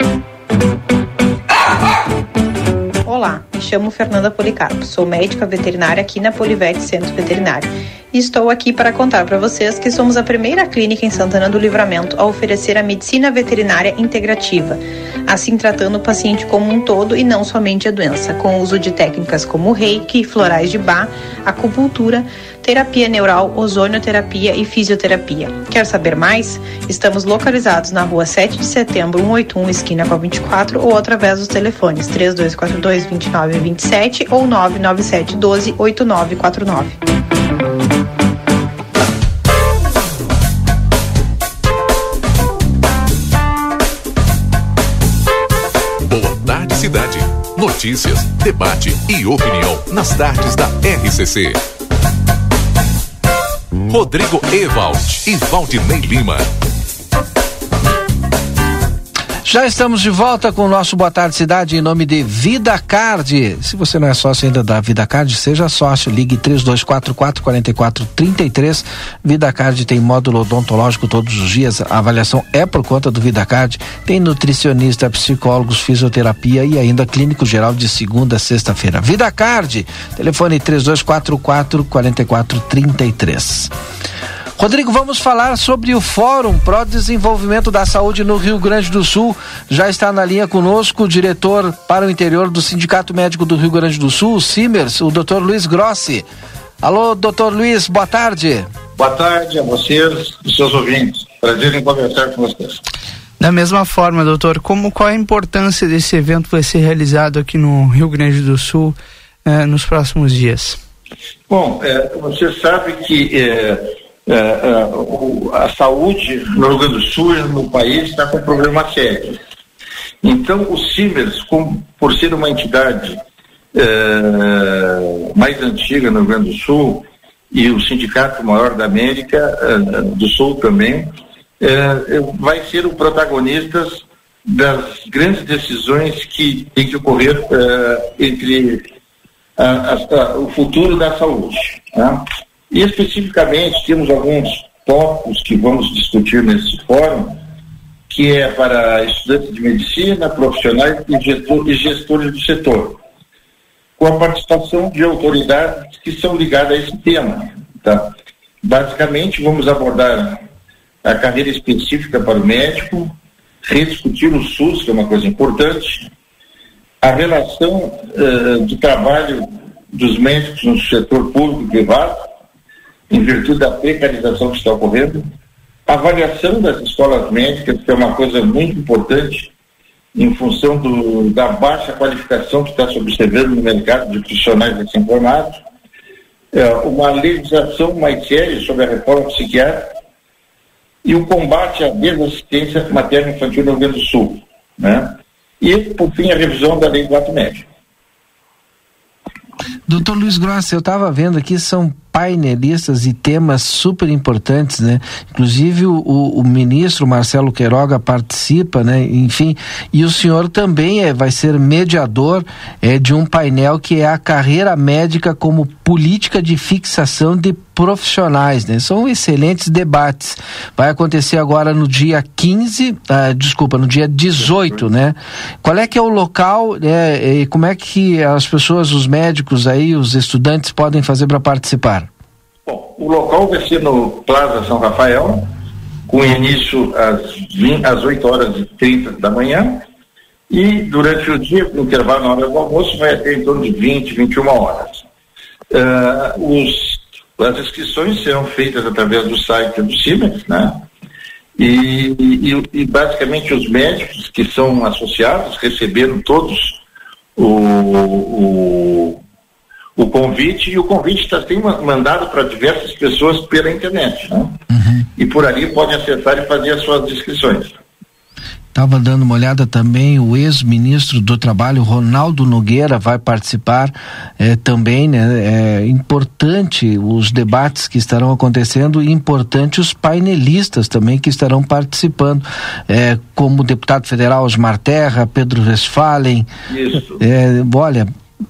Olá, me chamo Fernanda Policarpo, sou médica veterinária aqui na Polivete Centro Veterinário e estou aqui para contar para vocês que somos a primeira clínica em Santana do Livramento a oferecer a medicina veterinária integrativa, assim tratando o paciente como um todo e não somente a doença, com o uso de técnicas como reiki, florais de Bach, acupuntura, terapia neural, ozonioterapia e fisioterapia. Quer saber mais? Estamos localizados na rua sete de setembro, cento e oitenta e um, esquina com a vinte e quatro, ou através dos telefones três dois quatro dois, dois nove dois sete ou nove nove sete um dois, oito nove quatro nove. Boa tarde, cidade. Notícias, debate e opinião nas tardes da R C C. Rodrigo Ewald e Valdinei Lima. Já estamos de volta com o nosso Boa Tarde Cidade em nome de VidaCard. Se você não é sócio ainda da VidaCard, seja sócio, ligue três dois quatro quatro, quatro quatro três três. VidaCard tem módulo odontológico todos os dias, a avaliação é por conta do VidaCard. Tem nutricionista, psicólogos, fisioterapia e ainda clínico geral de segunda a sexta-feira. VidaCard, telefone três dois quatro quatro, quatro quatro três três. Rodrigo, vamos falar sobre o Fórum Pro Desenvolvimento da Saúde no Rio Grande do Sul. Já está na linha conosco o diretor para o interior do Sindicato Médico do Rio Grande do Sul, o Simers, o doutor Luiz Grossi. Alô, doutor Luiz, boa tarde. Boa tarde a vocês e seus ouvintes. Prazer em conversar com vocês. Da mesma forma, doutor, como, qual a importância desse evento que vai ser realizado aqui no Rio Grande do Sul eh, nos próximos dias? Bom, eh, você sabe que eh, É, é, o, a saúde no Rio Grande do Sul e no país está com um problema sério. Então, o Simers, com, por ser uma entidade é, mais antiga no Rio Grande do Sul e o sindicato maior da América é, do Sul também, é, vai ser o protagonista das grandes decisões que tem que ocorrer é, entre a, a, a, o futuro da saúde, né? E especificamente temos alguns tópicos que vamos discutir nesse fórum, que é para estudantes de medicina, profissionais e, gestor, e gestores do setor, com a participação de autoridades que são ligadas a esse tema. Tá? Basicamente, vamos abordar a carreira específica para o médico, rediscutir o SUS, que é uma coisa importante, a relação uh, do trabalho dos médicos no setor público e privado, em virtude da precarização que está ocorrendo, a avaliação das escolas médicas, que é uma coisa muito importante, em função do, da baixa qualificação que está se observando no mercado de profissionais recém-formados, é, uma legislação mais séria sobre a reforma psiquiátrica e o combate à desassistência materno-infantil no Rio Grande do Sul, né? E, por fim, a revisão da lei do ato médico. Doutor Luiz Grossi, eu estava vendo aqui, são painelistas e temas super importantes, né? Inclusive o, o, o ministro Marcelo Queiroga participa, né? Enfim, e o senhor também é, vai ser mediador é, de um painel que é a carreira médica como política de fixação de profissionais, né? São excelentes debates. Vai acontecer agora no dia quinze, ah, desculpa, no dia dezoito, né? Qual é que é o local, né? E como é que as pessoas, os médicos aí, os estudantes podem fazer para participar? Bom, o local vai ser no Plaza São Rafael, com início às, vinte, às oito horas e trinta da manhã, e durante o dia, no intervalo na hora do almoço, vai até em torno de vinte, vinte e uma horas. Uh, os, as inscrições serão feitas através do site do Siemens, né? E, e, e basicamente os médicos que são associados receberam todos o, o o convite, e o convite está sendo mandado para diversas pessoas pela internet, né? Uhum. E por ali podem acessar e fazer as suas inscrições. Estava dando uma olhada também, o ex-ministro do Trabalho, Ronaldo Nogueira, vai participar eh, também, né? É importante os debates que estarão acontecendo e importante os painelistas também que estarão participando, eh, como o deputado federal Osmar Terra, Pedro Westphalen. Isso. Eh, olha,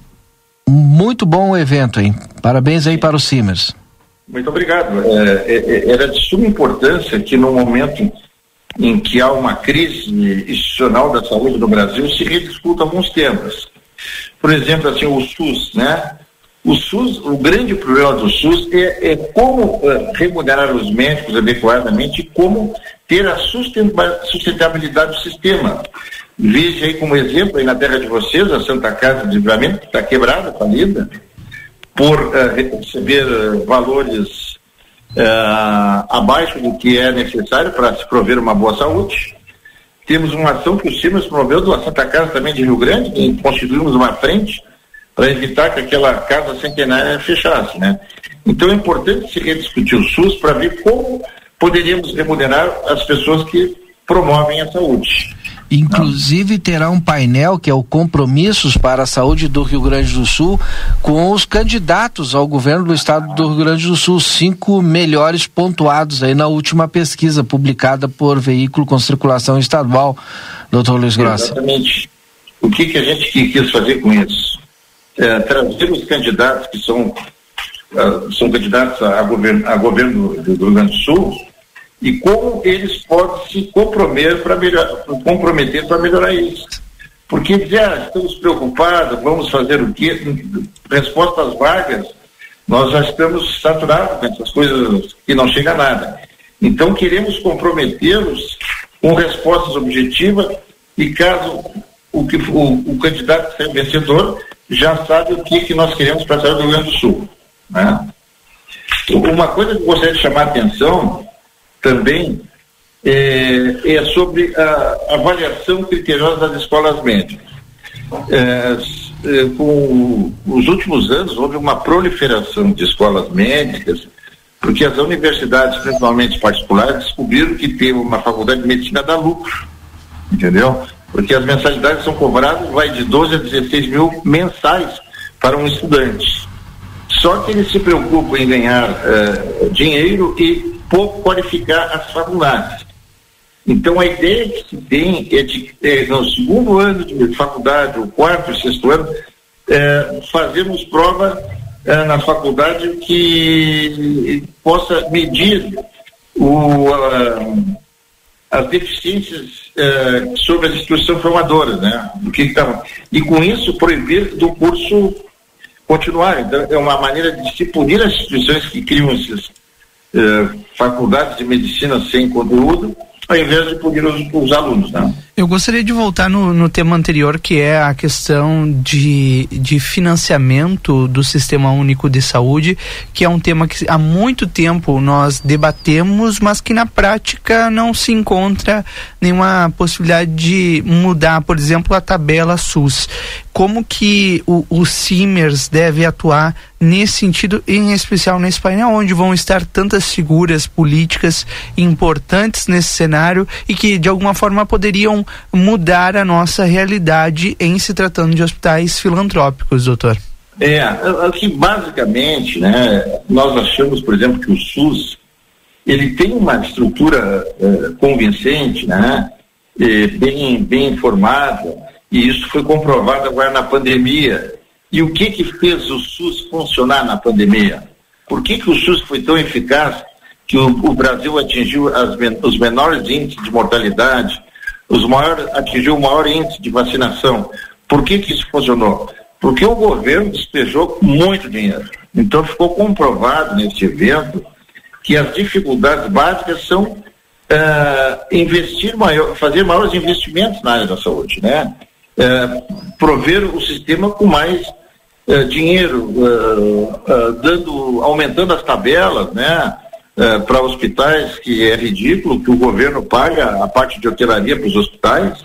muito bom o evento, hein? Parabéns aí para o Siemens. Muito obrigado. É, é, era de suma importância que no momento em que há uma crise institucional da saúde no Brasil se rediscuta alguns temas. Por exemplo, assim, o SUS, né? O SUS, o grande problema do SUS é, é como é, remunerar os médicos adequadamente e como ter a sustentabilidade do sistema. Veja aí como exemplo, aí na terra de vocês, a Santa Casa de Livramento, que está quebrada, falida, por uh, receber uh, valores uh, abaixo do que é necessário para se prover uma boa saúde. Temos uma ação que o Siemens promoveu da Santa Casa também de Rio Grande, em constituímos uma frente para evitar que aquela casa centenária fechasse, né? Então é importante se rediscutir o SUS para ver como poderíamos remunerar as pessoas que promovem a saúde. Inclusive terá um painel que é o Compromissos para a Saúde do Rio Grande do Sul, com os candidatos ao governo do estado do Rio Grande do Sul, cinco melhores pontuados aí na última pesquisa publicada por veículo com circulação estadual, doutor Luiz Grossi. Exatamente. O que que a gente quis fazer com isso? É, trazer os candidatos que são, uh, são candidatos a governo, a governo do Rio Grande do Sul, e como eles podem se comprometer para melhorar, comprometer para melhorar isso. Porque dizer, ah, estamos preocupados, vamos fazer o quê? Respostas vagas, nós já estamos saturados com essas coisas que não chega a nada. Então queremos comprometê-los com respostas objetivas e caso o, que, o, o candidato seja vencedor, já sabe o que, que nós queremos para a saúde do Rio Grande do Sul, né? Uma coisa que eu gostaria de chamar a atenção também é, é sobre a avaliação criteriosa das escolas médicas. É, é, com os últimos anos houve uma proliferação de escolas médicas, porque as universidades, principalmente particulares, descobriram que ter uma faculdade de medicina dá lucro, entendeu? Porque as mensalidades são cobradas, vai de doze a dezesseis mil mensais para um estudante. Só que eles se preocupam em ganhar uh, dinheiro e pouco qualificar as faculdades. Então a ideia que se tem é de, é, no segundo ano de faculdade, o quarto e sexto ano, é, fazermos prova é, na faculdade que possa medir o, uh, as deficiências uh, sobre as instituições formadoras, né? Do que tá, e com isso proibir do curso continuar. Então é uma maneira de se punir as instituições que criam esses uh, faculdades de medicina sem conteúdo, ao invés de punir os, os alunos, né? Eu gostaria de voltar no, no tema anterior, que é a questão de, de financiamento do Sistema Único de Saúde, que é um tema que há muito tempo nós debatemos, mas que na prática não se encontra nenhuma possibilidade de mudar, por exemplo, a tabela SUS. Como que o, o Siemens deve atuar nesse sentido, em especial nesse painel, onde vão estar tantas figuras políticas importantes nesse cenário e que de alguma forma poderiam mudar a nossa realidade em se tratando de hospitais filantrópicos, doutor? É, aqui basicamente, né, nós achamos, por exemplo, que o SUS, ele tem uma estrutura eh, convincente, né, eh, bem, bem informada, e isso foi comprovado agora na pandemia. E o que que fez o SUS funcionar na pandemia? Por que que o SUS foi tão eficaz que o, o Brasil atingiu as, os menores índices de mortalidade, os maiores, atingiu o maior índice de vacinação? Por que que isso funcionou? Porque o governo despejou muito dinheiro. Então ficou comprovado nesse evento que as dificuldades básicas são uh, investir maior, fazer maiores investimentos na área da saúde, né? Uh, prover o sistema com mais uh, dinheiro, uh, uh, dando, aumentando as tabelas, né? Uh, para hospitais, que é ridículo que o governo paga a parte de hotelaria para os hospitais.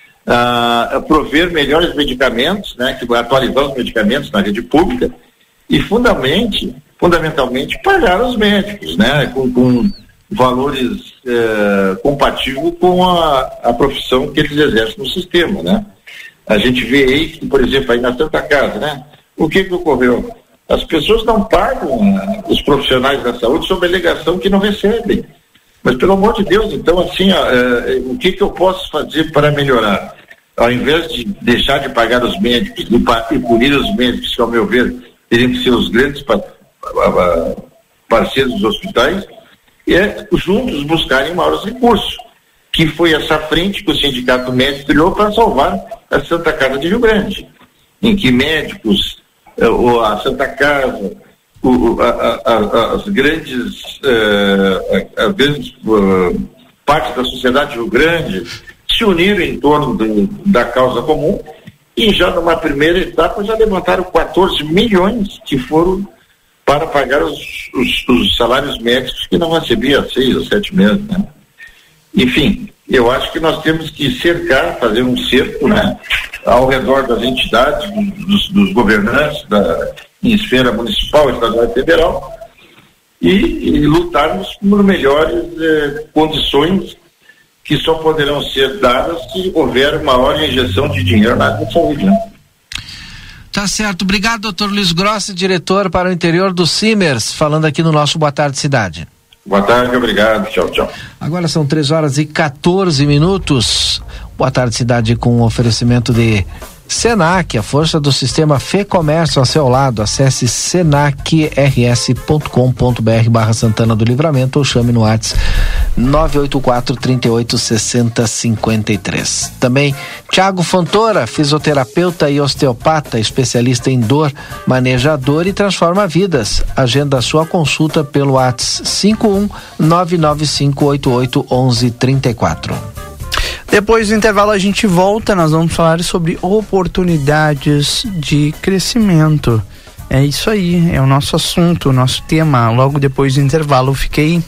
Uh, prover melhores medicamentos, né, que vai atualizar os medicamentos na rede pública e fundamentalmente, fundamentalmente pagar os médicos, né, com, com valores uh, compatíveis com a, a profissão que eles exercem no sistema, né. A gente vê aí que, por exemplo, aí na Santa Casa, né, o que que ocorreu? As pessoas não pagam uh, os profissionais da saúde sob alegação que não recebem. Mas, pelo amor de Deus, então, assim, ó, é, o que que eu posso fazer para melhorar? Ao invés de deixar de pagar os médicos e, e punir os médicos, que, ao meu ver, teriam que ser os grandes pa, pa, parceiros dos hospitais, é juntos buscarem maiores recursos, que foi essa frente que o Sindicato Médico criou para salvar a Santa Casa de Rio Grande, em que médicos, a Santa Casa, O, a, a, a, as grandes, uh, as grandes uh, partes da sociedade de Rio Grande se uniram em torno do, da causa comum e já numa primeira etapa já levantaram quatorze milhões que foram para pagar os, os, os salários médicos que não recebiam há seis ou sete meses, né? Enfim, eu acho que nós temos que cercar, fazer um cerco, né, ao redor das entidades, dos, dos governantes da em esfera municipal, estadual e federal, e, e lutarmos por melhores eh, condições que só poderão ser dadas se houver maior injeção de dinheiro na área da saúde, né? Tá certo. Obrigado, doutor Luiz Grossi, diretor para o interior do Simers, falando aqui no nosso Boa Tarde Cidade. Boa tarde, obrigado. Tchau, tchau. Agora são três horas e quatorze minutos. Boa Tarde Cidade com oferecimento de Senac, a força do sistema Fê Comércio ao seu lado. Acesse senac r s ponto com ponto b r barra Santana do Livramento ou chame no WhatsApp nove oito quatro, três oito, seis zero, cinco três. Também Thiago Fontoura, fisioterapeuta e osteopata, especialista em dor, maneja dor e transforma vidas. Agenda sua consulta pelo WhatsApp cinco um nove nove cinco oito oito um um três quatro. Depois do intervalo a gente volta, nós vamos falar sobre oportunidades de crescimento. É isso aí, é o nosso assunto, o nosso tema. Logo depois do intervalo, fiquei.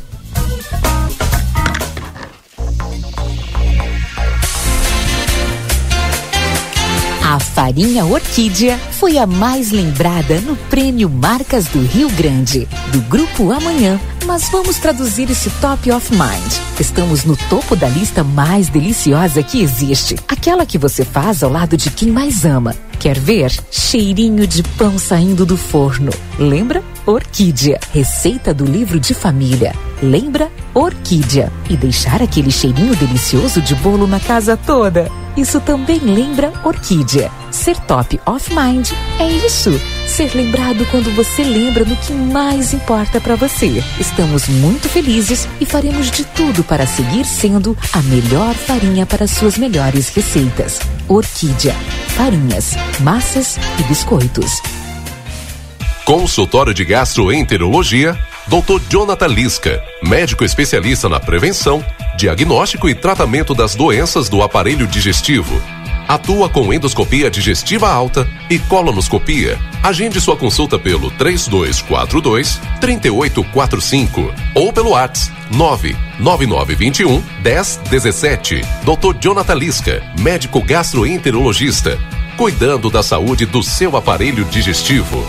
A farinha Orquídea foi a mais lembrada no Prêmio Marcas do Rio Grande, do Grupo Amanhã. Mas vamos traduzir esse top of mind. Estamos no topo da lista mais deliciosa que existe. Aquela que você faz ao lado de quem mais ama. Quer ver? Cheirinho de pão saindo do forno. Lembra? Orquídea. Receita do livro de família. Lembra? Orquídea. E deixar aquele cheirinho delicioso de bolo na casa toda. Isso também lembra Orquídea. Ser top of mind é isso. Ser lembrado quando você lembra no que mais importa para você. Estamos muito felizes e faremos de tudo para seguir sendo a melhor farinha para suas melhores receitas. Orquídea. Farinhas, massas e biscoitos. Consultório de Gastroenterologia, doutor Jonathan Lisca, médico especialista na prevenção, diagnóstico e tratamento das doenças do aparelho digestivo. Atua com endoscopia digestiva alta e colonoscopia. Agende sua consulta pelo três dois quatro dois, três oito quatro cinco ou pelo WhatsApp nove nove nove dois um, um zero um sete. doutor Jonathan Lisca, médico gastroenterologista, cuidando da saúde do seu aparelho digestivo.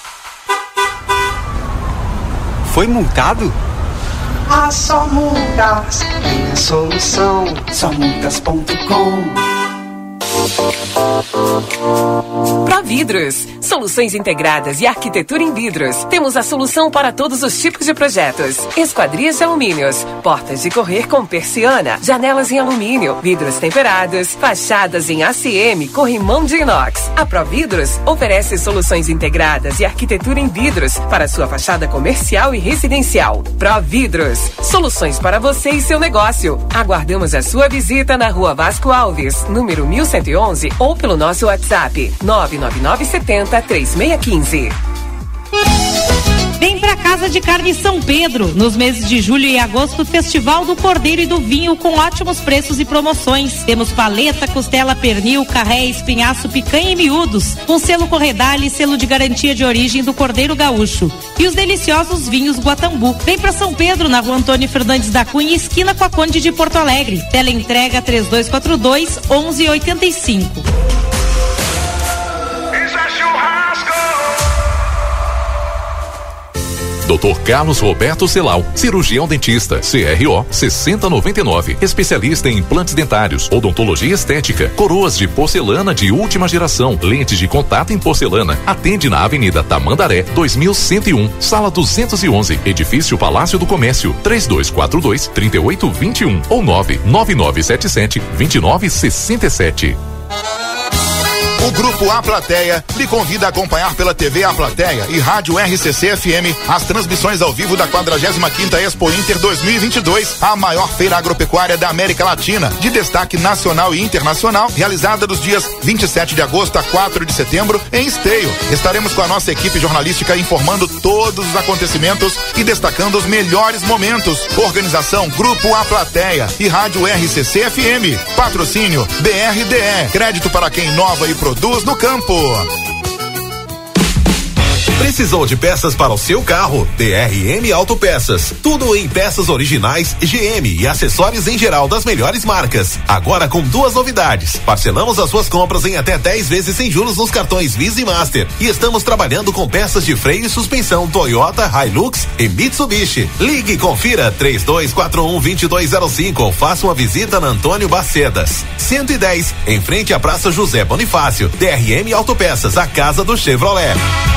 Foi multado? A Só Multas tem a solução. só multas ponto com. Providros, soluções integradas e arquitetura em vidros. Temos a solução para todos os tipos de projetos. Esquadrias de alumínios, portas de correr com persiana, janelas em alumínio, vidros temperados, fachadas em A C M, corrimão de inox. A Providros oferece soluções integradas e arquitetura em vidros para sua fachada comercial e residencial. Providros, soluções para você e seu negócio. Aguardamos a sua visita na Rua Vasco Alves, número mil cento e onze, ou pelo nosso WhatsApp nove nove nove sete zero três seis um cinco. Vem pra Casa de Carne São Pedro. Nos meses de julho e agosto, Festival do Cordeiro e do Vinho com ótimos preços e promoções. Temos paleta, costela, pernil, carré, espinhaço, picanha e miúdos. Com selo Corredale e selo de garantia de origem do Cordeiro Gaúcho. E os deliciosos vinhos Guatambu. Vem pra São Pedro, na Rua Antônio Fernandes da Cunha, esquina com a Conde de Porto Alegre. Teleentrega três dois quatro dois, onze oitenta e cinco. doutor Carlos Roberto Celal, cirurgião dentista, C R O sessenta noventa e nove, especialista em implantes dentários, odontologia estética, coroas de porcelana de última geração, lentes de contato em porcelana. Atende na Avenida Tamandaré, dois mil cento e um, sala duzentos e onze, edifício Palácio do Comércio, três dois quatro dois, três oito dois um ou nove nove nove sete sete, dois nove seis sete. O Grupo A Plateia lhe convida a acompanhar pela T V A Plateia e Rádio R C C F M as transmissões ao vivo da quadragésima quinta Expo Inter dois mil e vinte e dois, a maior feira agropecuária da América Latina, de destaque nacional e internacional, realizada dos dias vinte e sete de agosto a quatro de setembro em Esteio. Estaremos com a nossa equipe jornalística informando todos os acontecimentos e destacando os melhores momentos. Organização Grupo A Plateia e Rádio R C C F M. Patrocínio B R D E. Crédito para quem inova e produz no campo. Precisou de peças para o seu carro? D R M Autopeças. Tudo em peças originais G M e acessórios em geral das melhores marcas. Agora com duas novidades. Parcelamos as suas compras em até dez vezes sem juros nos cartões Visa e Master. E estamos trabalhando com peças de freio e suspensão Toyota, Hilux e Mitsubishi. Ligue e confira três dois quatro um, dois dois zero cinco ou faça uma visita na Antônio Bacedas cento e dez, em frente à Praça José Bonifácio. D R M Autopeças, a casa do Chevrolet.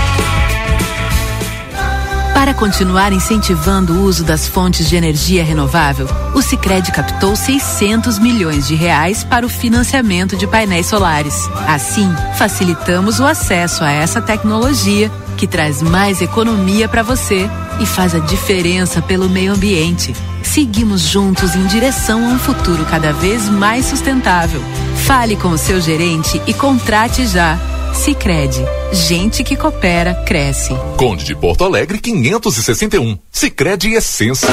Para continuar incentivando o uso das fontes de energia renovável, o Sicredi captou seiscentos milhões de reais para o financiamento de painéis solares. Assim, facilitamos o acesso a essa tecnologia que traz mais economia para você e faz a diferença pelo meio ambiente. Seguimos juntos em direção a um futuro cada vez mais sustentável. Fale com o seu gerente e contrate já. Sicredi, gente que coopera, cresce. Conde de Porto Alegre quinhentos e sessenta e um. Sicredi Essência.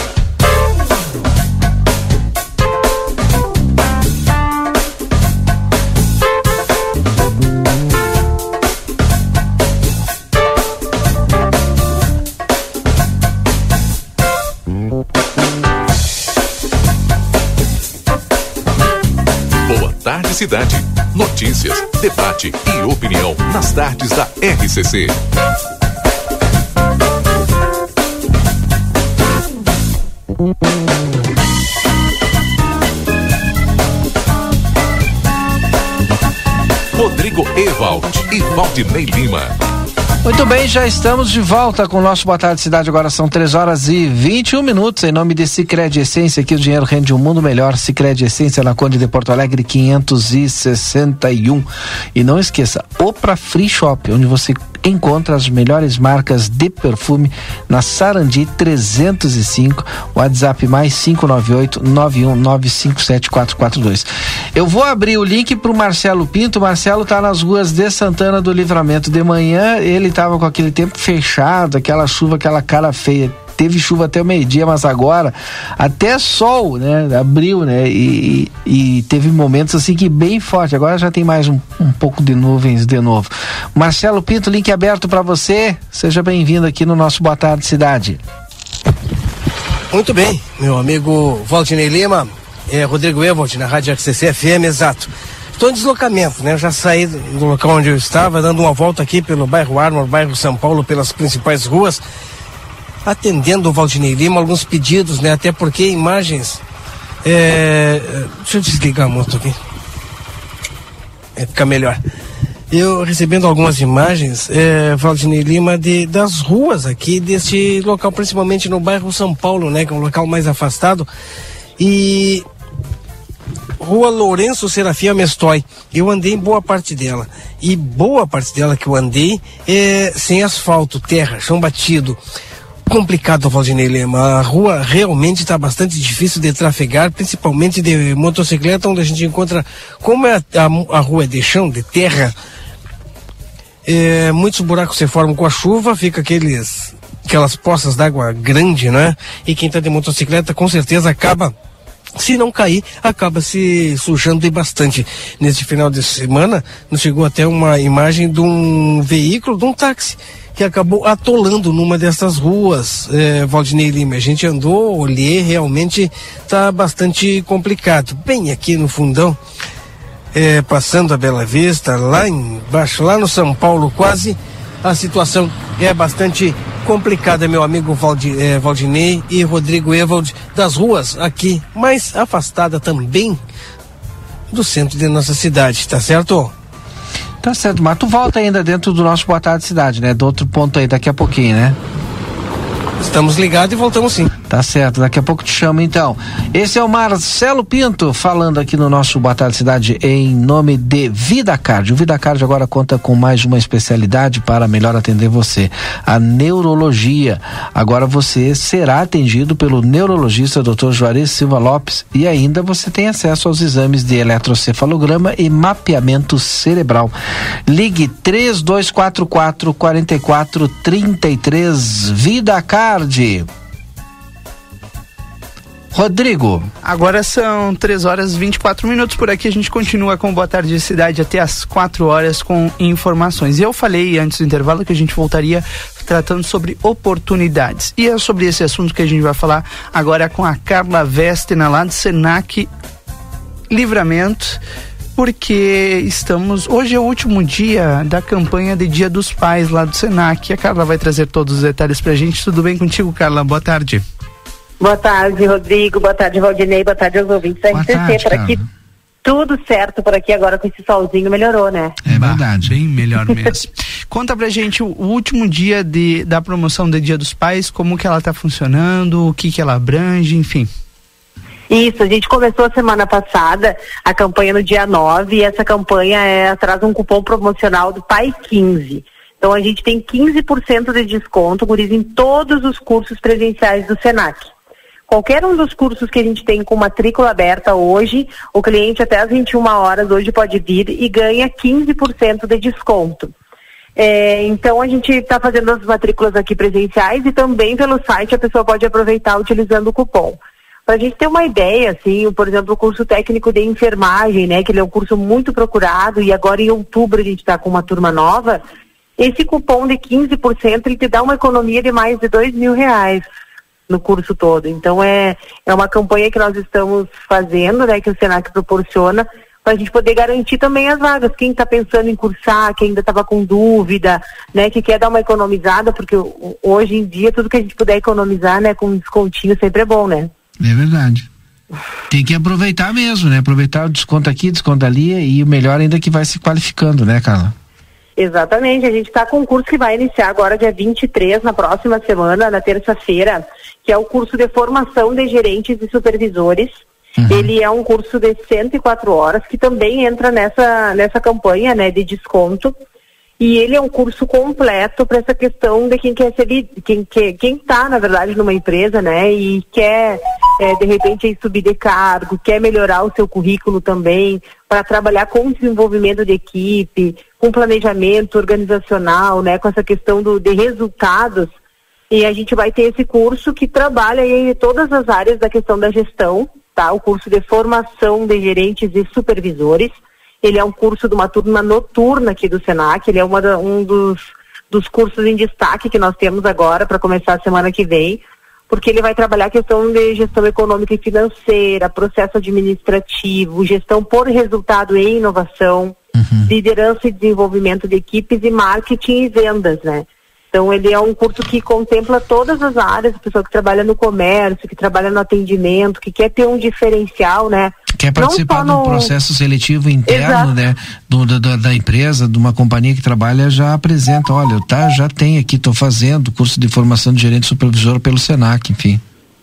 Boa tarde, cidade. Notícias, debate e opinião nas tardes da R C C. Rodrigo Ewald e Valdinei Lima. Muito bem, já estamos de volta com o nosso Boa Tarde Cidade. Agora são três horas e vinte e um minutos. Em nome de Sicredi Essência, aqui o dinheiro rende um mundo melhor. Sicredi Essência na Conde de Porto Alegre quinhentos e sessenta e um. E não esqueça, Opra Free Shop, onde você encontra as melhores marcas de perfume na Sarandi trezentos e cinco, WhatsApp mais cinco nove oito, nove um nove cinco sete quatro quatro dois. Eu vou abrir o link pro Marcelo Pinto. O Marcelo tá nas ruas de Santana do Livramento. De manhã ele tava com aquele tempo fechado, aquela chuva, aquela cara feia. Teve chuva até o meio-dia, mas agora até sol, né? Abriu, né? E, e, e teve momentos assim que bem forte. Agora já tem mais um, um pouco de nuvens de novo. Marcelo Pinto, link aberto para você. Seja bem-vindo aqui no nosso Boa Tarde Cidade. Muito bem, meu amigo Valdinei Lima, é Rodrigo Ewald na Rádio R C C F M, exato. Estou em deslocamento, né? Eu já saí do local onde eu estava, dando uma volta aqui pelo bairro Armor, bairro São Paulo, pelas principais ruas, atendendo o Valdinei Lima, alguns pedidos, né? Até porque imagens... É... Deixa eu desligar a moto aqui. é, fica melhor. Eu recebendo algumas imagens, é, Valdinei Lima, de, das ruas aqui deste local, principalmente no bairro São Paulo, né, que é um local mais afastado, e Rua Lourenço Serafim Amestoy, eu andei em boa parte dela, e boa parte dela que eu andei é sem asfalto, terra, chão batido. Complicado, Valdinei Lima. A rua realmente está bastante difícil de trafegar, principalmente de motocicleta, onde a gente encontra, como é a, a, a rua é de chão, de terra, é, muitos buracos se formam com a chuva, fica aqueles, aquelas poças d'água grande, né? E quem está de motocicleta com certeza acaba, se não cair, acaba se sujando bastante. Neste final de semana, nos chegou até uma imagem de um veículo, de um táxi, que acabou atolando numa dessas ruas, eh, Valdinei Lima. A gente andou, olhei, realmente está bastante complicado. Bem aqui no fundão, eh, passando a Bela Vista, lá embaixo, lá no São Paulo quase, a situação é bastante complicada, meu amigo Valdi, eh, Valdinei e Rodrigo Ewald, das ruas aqui, mais afastada também do centro de nossa cidade, tá certo? Tá certo, mas tu volta ainda dentro do nosso Boa Tarde Cidade, né? Do outro ponto aí daqui a pouquinho, né? Estamos ligados e voltamos sim. Tá certo, daqui a pouco te chamo então. Esse é o Marcelo Pinto falando aqui no nosso Boa Tarde Cidade em nome de VidaCard. O VidaCard agora conta com mais uma especialidade para melhor atender você, a neurologia. Agora você será atendido pelo neurologista doutor Juarez Silva Lopes e ainda você tem acesso aos exames de eletrocefalograma e mapeamento cerebral. Ligue três dois quatro quatro, quatro quatro três três VidaCard. Rodrigo. Agora são três horas e vinte e quatro minutos. Por aqui a gente continua com Boa Tarde Cidade até as quatro horas com informações. Eu falei antes do intervalo que a gente voltaria tratando sobre oportunidades. E é sobre esse assunto que a gente vai falar agora com a Carla Vestena, lá do Senac Livramento, porque estamos... Hoje é o último dia da campanha de Dia dos Pais lá do Senac. A Carla vai trazer todos os detalhes pra gente. Tudo bem contigo, Carla? Boa tarde. Boa tarde, Rodrigo. Boa tarde, Valdinei. Boa tarde aos ouvintes da R C C. Por aqui, tudo certo por aqui agora com esse solzinho, melhorou, né? É verdade. Bem melhor mesmo. Conta pra gente o, o último dia de, da promoção do Dia dos Pais, como que ela tá funcionando, o que que ela abrange, enfim. Isso, a gente começou a semana passada a campanha no dia nove e essa campanha é, traz um cupom promocional do Pai quinze. Então a gente tem quinze por cento de desconto, guris, em todos os cursos presenciais do Senac. Qualquer um dos cursos que a gente tem com matrícula aberta hoje, o cliente até às vinte e uma horas hoje pode vir e ganha quinze por cento de desconto. É, então a gente está fazendo as matrículas aqui presenciais e também pelo site a pessoa pode aproveitar utilizando o cupom. Para a gente ter uma ideia, assim, por exemplo, o curso técnico de enfermagem, né, que ele é um curso muito procurado e agora em outubro a gente está com uma turma nova, esse cupom de quinze por cento ele te dá uma economia de mais de dois mil reais no curso todo. Então é, é uma campanha que nós estamos fazendo, né, que o Senac proporciona, para a gente poder garantir também as vagas. Quem está pensando em cursar, quem ainda estava com dúvida, né, que quer dar uma economizada, porque hoje em dia tudo que a gente puder economizar, né, com um descontinho sempre é bom, né? É verdade. Tem que aproveitar mesmo, né? Aproveitar o desconto aqui, desconto ali e o melhor ainda que vai se qualificando, né, Carla? Exatamente, a gente está com um curso que vai iniciar agora dia vinte e três, na próxima semana, na terça-feira, que é o curso de formação de gerentes e supervisores. Uhum. Ele é um curso de cento e quatro horas, que também entra nessa, nessa campanha, né, de desconto. E ele é um curso completo para essa questão de quem quer ser, quem quer, quem está, na verdade, numa empresa, né, e quer, é, de repente, aí, subir de cargo, quer melhorar o seu currículo também, para trabalhar com desenvolvimento de equipe, com planejamento organizacional, né, com essa questão do, de resultados. E a gente vai ter esse curso que trabalha em todas as áreas da questão da gestão, tá? O curso de formação de gerentes e supervisores. Ele é um curso de uma turma noturna aqui do Senac, ele é uma da, um dos, dos cursos em destaque que nós temos agora para começar a semana que vem, porque ele vai trabalhar a questão de gestão econômica e financeira, processo administrativo, gestão por resultado e inovação, uhum. liderança e desenvolvimento de equipes e marketing e vendas, né? Então ele é um curso que contempla todas as áreas, a pessoa que trabalha no comércio, que trabalha no atendimento, que quer ter um diferencial, né? Quer participar no... do processo seletivo interno, Exato. né? Do, do, da empresa, de uma companhia que trabalha, já apresenta, olha, eu tá, já tenho aqui, estou fazendo curso de formação de gerente supervisor pelo Senac, enfim.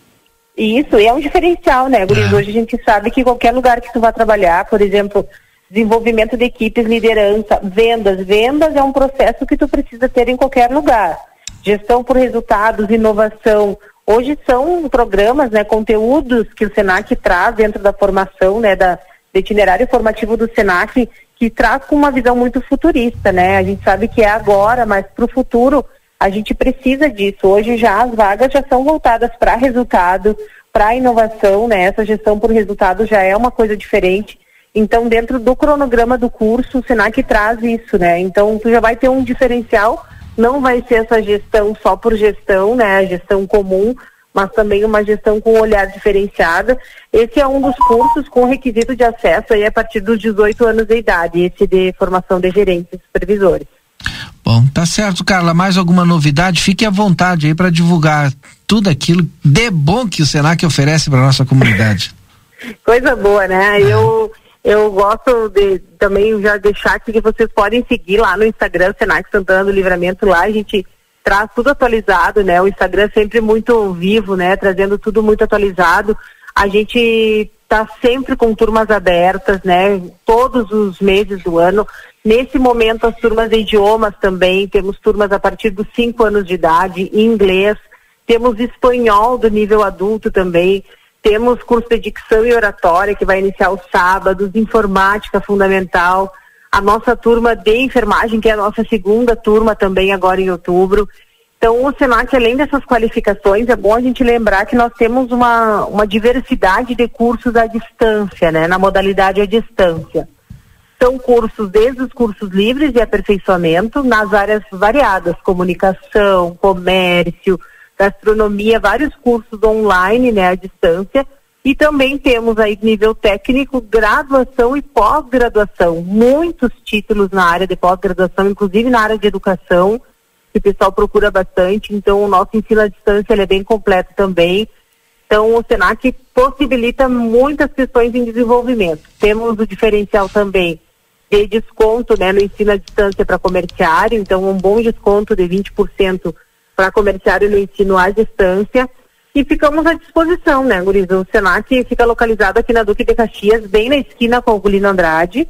Isso, e é um diferencial, né, Guris? É. Hoje a gente sabe que qualquer lugar que tu vá trabalhar, por exemplo, desenvolvimento de equipes, liderança, vendas, vendas é um processo que tu precisa ter em qualquer lugar. Gestão por resultados, inovação. Hoje são programas, né, conteúdos que o Senac traz dentro da formação, né, da, do itinerário formativo do Senac, que traz com uma visão muito futurista, né? A gente sabe que é agora, mas para o futuro a gente precisa disso. Hoje já as vagas já são voltadas para resultado, para inovação, né? Essa gestão por resultado já é uma coisa diferente. Então, dentro do cronograma do curso, o Senac traz isso, né? Então, tu já vai ter um diferencial. Não vai ser essa gestão só por gestão, né, a gestão comum, mas também uma gestão com olhar diferenciada. Esse é um dos cursos com requisito de acesso aí a partir dos dezoito anos de idade, esse de formação de gerentes e supervisores. Bom, tá certo, Carla. Mais alguma novidade? Fique à vontade aí para divulgar tudo aquilo de bom que o Senac oferece para nossa comunidade. Coisa boa, né? É. Eu... Eu gosto de também já deixar aqui que vocês podem seguir lá no Instagram, Senac Santana do Livramento. Lá a gente traz tudo atualizado, né? O Instagram é sempre muito vivo, né? Trazendo tudo muito atualizado. A gente tá sempre com turmas abertas, né? Todos os meses do ano. Nesse momento as turmas de idiomas também, temos turmas a partir dos cinco anos de idade, em inglês, temos espanhol do nível adulto também. Temos curso de dicção e oratória que vai iniciar os sábados, informática fundamental, a nossa turma de enfermagem, que é a nossa segunda turma também agora em outubro. Então o Senac, além dessas qualificações, é bom a gente lembrar que nós temos uma, uma diversidade de cursos à distância, né, na modalidade à distância. São cursos desde os cursos livres de aperfeiçoamento, nas áreas variadas, comunicação, comércio, gastronomia, vários cursos online, né, à distância, e também temos aí nível técnico, graduação e pós-graduação, muitos títulos na área de pós-graduação, inclusive na área de educação, que o pessoal procura bastante. Então o nosso ensino à distância ele é bem completo também. Então o Senac possibilita muitas questões em desenvolvimento. Temos o diferencial também de desconto, né, no ensino à distância para comerciário, então um bom desconto de vinte por cento para comerciário no ensino à distância, e ficamos à disposição, né, Guris? O Senac fica localizado aqui na Duque de Caxias, bem na esquina com o Gulino Andrade.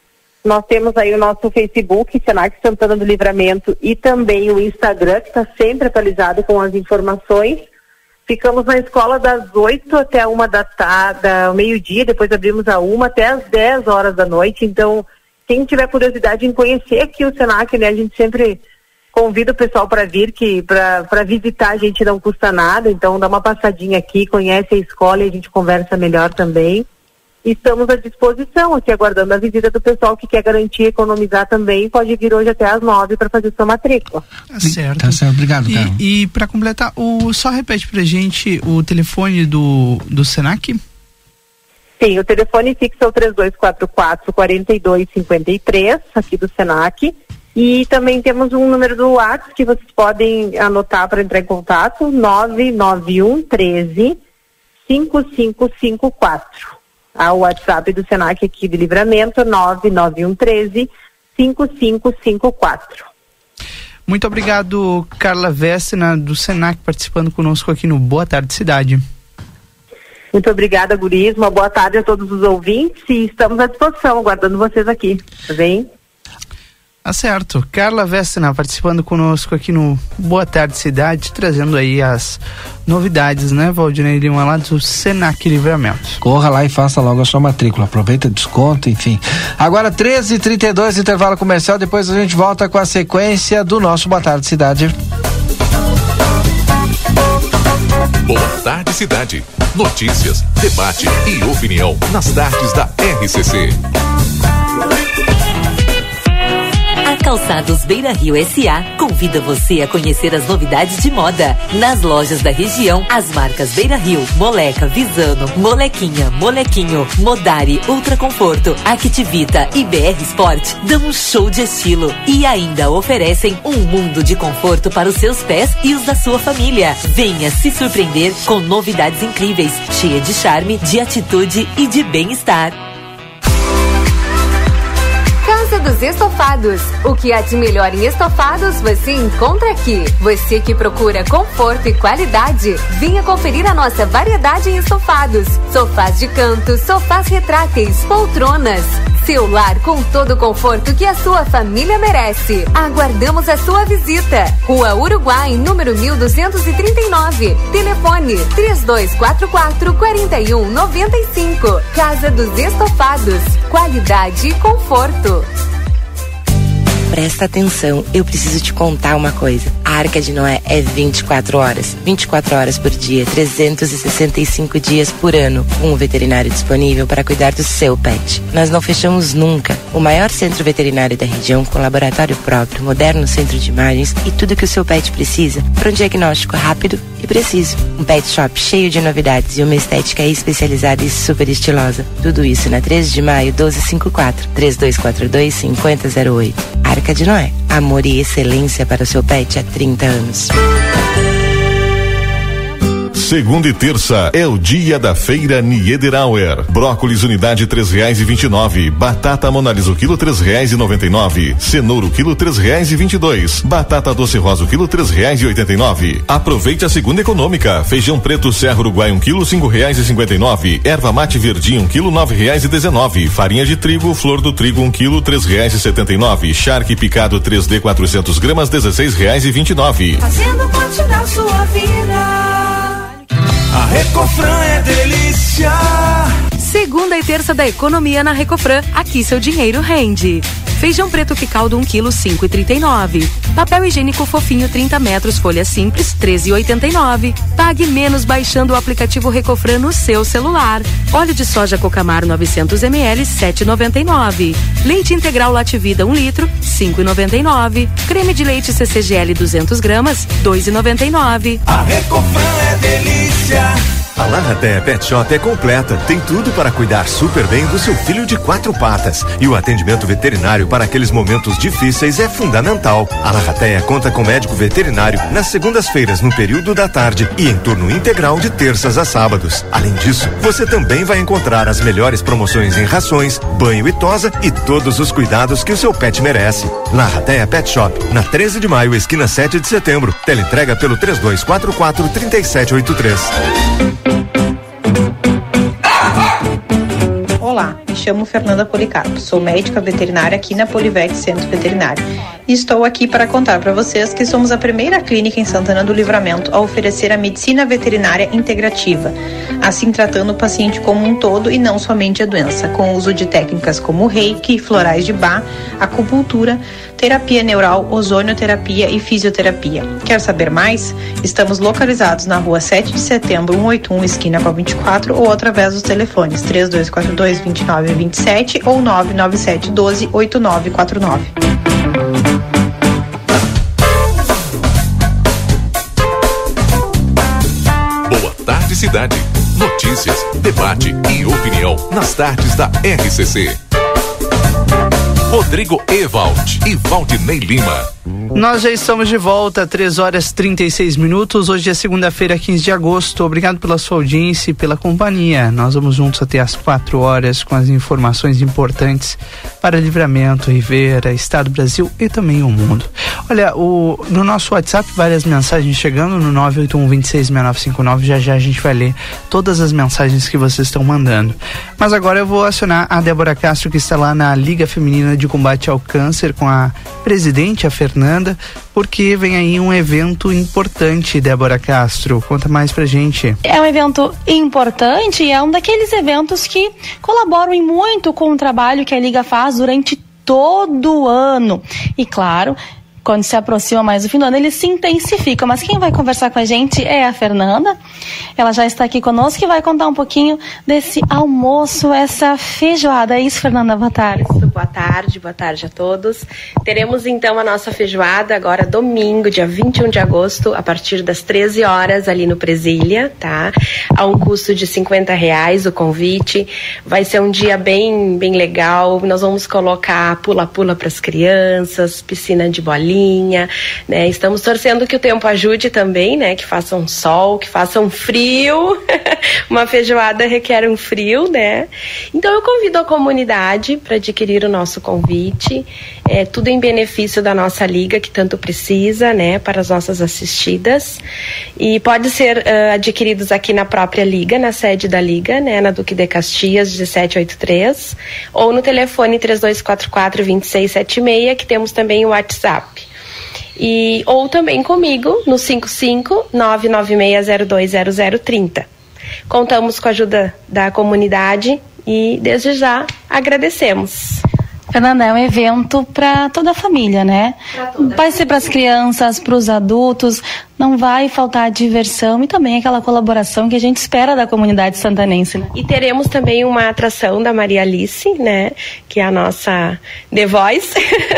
Nós temos aí o nosso Facebook, Senac Santana do Livramento, e também o Instagram, que está sempre atualizado com as informações. Ficamos na escola das oito até uma da tarde, ao meio-dia, depois abrimos a uma até às dez horas da noite. Então, quem tiver curiosidade em conhecer aqui o Senac, né, a gente sempre convido o pessoal para vir, que para visitar a gente não custa nada, então dá uma passadinha aqui, conhece a escola e a gente conversa melhor também. E estamos à disposição aqui, aguardando a visita do pessoal que quer garantir economizar também, pode vir hoje até às nove para fazer sua matrícula. Tá certo. Tá certo, obrigado, Carol. E, e para completar, o, só repete pra gente o telefone do, do Senac? Sim, o telefone fixo é o três dois quatro quatro, quatro dois cinco três, aqui do Senac. E também temos um número do WhatsApp que vocês podem anotar para entrar em contato, nove nove um um três cinco cinco cinco quatro. Ah, o WhatsApp do Senac aqui de Livramento, nove nove um um três cinco cinco cinco quatro. Muito obrigado, Carla Vessena, do Senac, participando conosco aqui no Boa Tarde Cidade. Muito obrigada, Guris. Uma boa tarde a todos os ouvintes e estamos à disposição, aguardando vocês aqui. Tá bem? Tá certo. Carla Vessena participando conosco aqui no Boa Tarde Cidade, trazendo aí as novidades, né, Valdinei Lima, lá do Senac Livramento. Corra lá e faça logo a sua matrícula, aproveita desconto, enfim. Agora treze e trinta e dois, intervalo comercial, depois a gente volta com a sequência do nosso Boa Tarde Cidade. Boa Tarde Cidade. Notícias, debate e opinião nas tardes da R C C. Calçados Beira Rio S A convida você a conhecer as novidades de moda. Nas lojas da região, as marcas Beira Rio, Moleca, Visano, Molequinha, Molequinho, Modari, Ultra Conforto, Activita e B R Sport dão um show de estilo e ainda oferecem um mundo de conforto para os seus pés e os da sua família. Venha se surpreender com novidades incríveis, cheia de charme, de atitude e de bem-estar. Casa dos Estofados. O que há de melhor em estofados você encontra aqui. Você que procura conforto e qualidade, venha conferir a nossa variedade em estofados. Sofás de canto, sofás retráteis, poltronas. Seu lar com todo o conforto que a sua família merece. Aguardamos a sua visita. Rua Uruguai, número mil duzentos e trinta e nove. Telefone três dois quatro quatro, quatro um nove cinco. Casa dos Estofados. Qualidade e conforto. Presta atenção, eu preciso te contar uma coisa. A Arca de Noé é vinte e quatro horas. vinte e quatro horas por dia, trezentos e sessenta e cinco dias por ano. Com um veterinário disponível para cuidar do seu pet. Nós não fechamos nunca. O maior centro veterinário da região, com laboratório próprio, moderno centro de imagens e tudo que o seu pet precisa para um diagnóstico rápido e preciso. Um pet shop cheio de novidades e uma estética especializada e super estilosa. Tudo isso na treze de maio, doze cinquenta e quatro. três dois quatro dois, cinco zero zero oito. Arca de Noé. Amor e excelência para o seu pet há trinta anos. Segunda e terça é o dia da feira Niederauer. Brócolis unidade três reais e vinte e nove. Batata Monalisa o quilo três reais e noventa e nove. Cenoura o quilo três reais e vinte e dois. Batata doce rosa o quilo três reais e oitenta e nove. Aproveite a segunda econômica. Feijão preto Serra Uruguai um quilo cinco reais e cinquenta e nove. Erva mate verdinha um quilo nove reais e dezenove. Farinha de trigo Flor do Trigo um quilo três reais e setenta e nove. Charque picado três D quatrocentos gramas dezesseis reais e vinte e nove. Fazendo parte da sua vida. A Recofran é delícia. Segunda e terça da economia na Recofran. Aqui seu dinheiro rende. Feijão preto picaldo um quilo cinco e trinta e nove. Papel higiênico fofinho trinta metros folha simples treze e oitenta e nove. Pague menos baixando o aplicativo Recofran no seu celular. Óleo de soja Cocamar novecentos mililitros sete e noventa e nove. Leite integral Lativida um litro cinco e noventa e nove. Creme de leite C C G L duzentos gramas dois e noventa e nove. A Recofran é delícia. A Larraté Pet Shop é completa, tem tudo para cuidar super bem do seu filho de quatro patas. E o atendimento veterinário para aqueles momentos difíceis é fundamental. A Larraté conta com médico veterinário nas segundas-feiras no período da tarde e em turno integral de terças a sábados. Além disso, você também vai encontrar as melhores promoções em rações, banho e tosa e todos os cuidados que o seu pet merece. Larraté Pet Shop, na treze de maio, esquina sete de setembro. Teleentrega pelo três dois quatro quatro, três sete oito três. Olá, me chamo Fernanda Policarpo, sou médica veterinária aqui na Polivete Centro Veterinário e estou aqui para contar para vocês que somos a primeira clínica em Santana do Livramento a oferecer a medicina veterinária integrativa, assim tratando o paciente como um todo e não somente a doença, com o uso de técnicas como reiki, florais de Bach, acupuntura, terapia neural, ozonioterapia e fisioterapia. Quer saber mais? Estamos localizados na rua sete de setembro, cento e oitenta e um, esquina com a vinte e quatro, ou através dos telefones três dois quatro dois, vinte e nove vinte e sete ou nove nove sete um dois, oito nove quatro nove. Boa tarde, cidade. Notícias, debate e opinião nas tardes da R C C. Rodrigo Ewald e Valdinei Lima. Nós já estamos de volta, três horas e trinta e seis minutos. Hoje é segunda-feira, quinze de agosto. Obrigado pela sua audiência e pela companhia. Nós vamos juntos até às quatro horas com as informações importantes para Livramento, Rivera, Estado do Brasil e também o mundo. Olha, o, no nosso WhatsApp, várias mensagens chegando no nove oito um, dois seis, seis nove cinco nove. Já já a gente vai ler todas as mensagens que vocês estão mandando. Mas agora eu vou acionar a Débora Castro, que está lá na Liga Feminina de Combate ao Câncer, com a presidente, a Fernanda, porque vem aí um evento importante. Débora Castro, conta mais pra gente. É um evento importante e é um daqueles eventos que colaboram em muito com o trabalho que a Liga faz durante todo o ano. E claro, quando se aproxima mais o fim do ano, eles se intensificam. Mas quem vai conversar com a gente é a Fernanda. Ela já está aqui conosco e vai contar um pouquinho desse almoço, essa feijoada. É isso, Fernanda? Boa tarde. Boa tarde, boa tarde a todos. Teremos então a nossa feijoada agora domingo, dia vinte e um de agosto, a partir das treze horas, ali no Presília, tá? A um custo de cinquenta reais o convite. Vai ser um dia bem, bem legal. Nós vamos colocar pula-pula para as crianças, piscina de bolinha, né? Estamos torcendo que o tempo ajude também, né? Que faça um sol, que faça um frio. Uma feijoada requer um frio, né? Então eu convido a comunidade para adquirir o nosso convite, é tudo em benefício da nossa liga que tanto precisa, né? Para as nossas assistidas, e pode ser uh, adquiridos aqui na própria liga, na sede da liga, né? Na Duque de Caxias dezessete oitenta e três, ou no telefone três dois quatro quatro, dois seis sete seis, que temos também o WhatsApp. E, ou também comigo no cinco cinco nove nove seis zero dois zero zero três zero. Contamos com a ajuda da comunidade e desde já agradecemos. Fernanda, é um evento para toda a família, né? Vai ser para as crianças, para os adultos, não vai faltar diversão e também aquela colaboração que a gente espera da comunidade santanense, né? E teremos também uma atração da Maria Alice, né? Que é a nossa The Voice.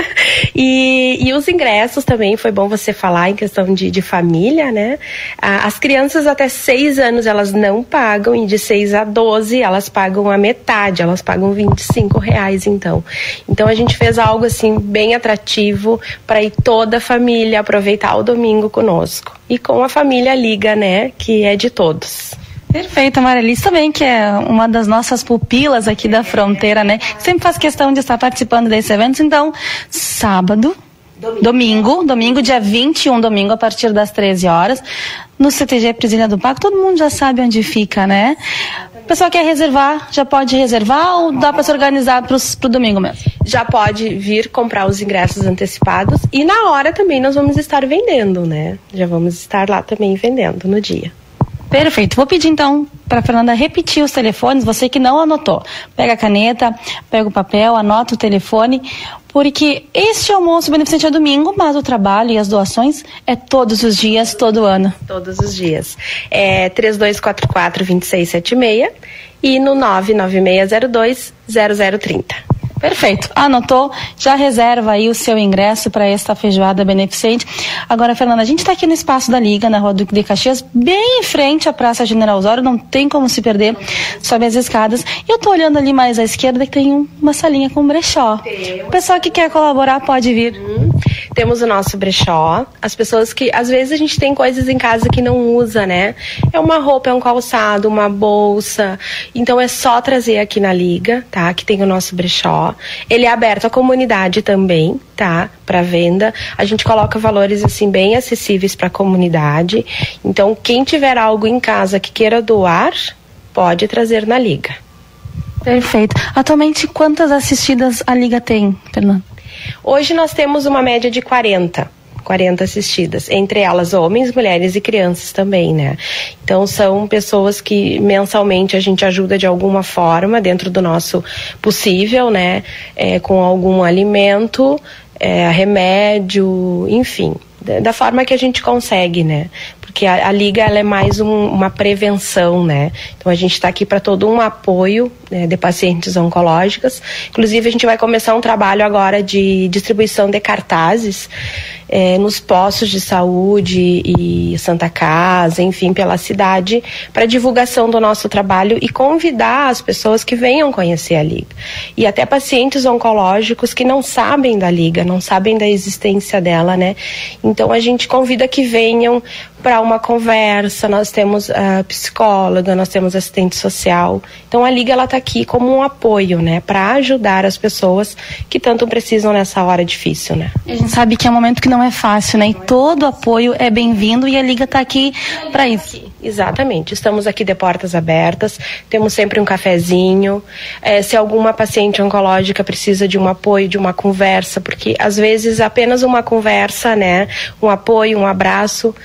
e, e os ingressos também, foi bom você falar em questão de, de família, né? As crianças até seis anos, elas não pagam, e de seis a doze elas pagam a metade, elas pagam vinte e cinco reais, então. Então a gente fez algo assim bem atrativo para ir toda a família aproveitar o domingo conosco. E com a família Liga, né, que é de todos. Perfeito, Marilis também, que é uma das nossas pupilas aqui da fronteira, né? Sempre faz questão de estar participando desses eventos. Então, sábado, domingo, domingo, domingo dia vinte e um, domingo, a partir das treze horas, no C T G Presília do Parque. Todo mundo já sabe onde fica, né? O pessoal quer reservar, já pode reservar ou dá para se organizar para o domingo mesmo? Já pode vir comprar os ingressos antecipados e na hora também nós vamos estar vendendo, né? Já vamos estar lá também vendendo no dia. Perfeito. Vou pedir então para a Fernanda repetir os telefones, você que não anotou. Pega a caneta, pega o papel, anota o telefone, porque este almoço beneficente é domingo, mas o trabalho e as doações é todos os dias, todo ano. Todos os dias. É três dois quatro quatro, dois seis sete seis e no nove nove seis zero dois zero zero três zero. Perfeito. Anotou? Já reserva aí o seu ingresso para esta feijoada beneficente. Agora, Fernanda, a gente está aqui no espaço da Liga, na Rua Duque de Caxias, bem em frente à Praça General Osório, não tem como se perder, sobe as escadas. E eu tô olhando ali mais à esquerda que tem uma salinha com brechó. O pessoal que quer colaborar pode vir. Hum, temos o nosso brechó. As pessoas que, às vezes, a gente tem coisas em casa que não usa, né? É uma roupa, é um calçado, uma bolsa. Então é só trazer aqui na Liga, tá? Que tem o nosso brechó. Ele é aberto à comunidade também, tá? Para venda. A gente coloca valores assim bem acessíveis para a comunidade. Então, quem tiver algo em casa que queira doar, pode trazer na Liga. Perfeito. Atualmente, quantas assistidas a Liga tem, Fernanda? Hoje nós temos uma média de quarenta. quarenta assistidas, entre elas homens, mulheres e crianças também, né? Então são pessoas que mensalmente a gente ajuda de alguma forma, dentro do nosso possível, né? É, com algum alimento, é, remédio, enfim, da, da forma que a gente consegue, né? Porque a, a Liga, ela é mais um, uma prevenção, né? Então a gente está aqui para todo um apoio, né, de pacientes oncológicos. Inclusive a gente vai começar um trabalho agora de distribuição de cartazes é, nos postos de saúde e Santa Casa, enfim, pela cidade, para divulgação do nosso trabalho e convidar as pessoas que venham conhecer a Liga. E até pacientes oncológicos que não sabem da Liga, não sabem da existência dela, né? Então a gente convida que venham para uma conversa. Nós temos a psicóloga, nós temos assistente social. Então a Liga, ela está aqui como um apoio, né, para ajudar as pessoas que tanto precisam nessa hora difícil, né? A gente sabe que é um momento que não é fácil, né? E todo apoio é bem-vindo e a Liga está aqui para isso. Exatamente. Estamos aqui de portas abertas, temos sempre um cafezinho. É, se alguma paciente oncológica precisa de um apoio, de uma conversa, porque às vezes apenas uma conversa, né, um apoio, um abraço, às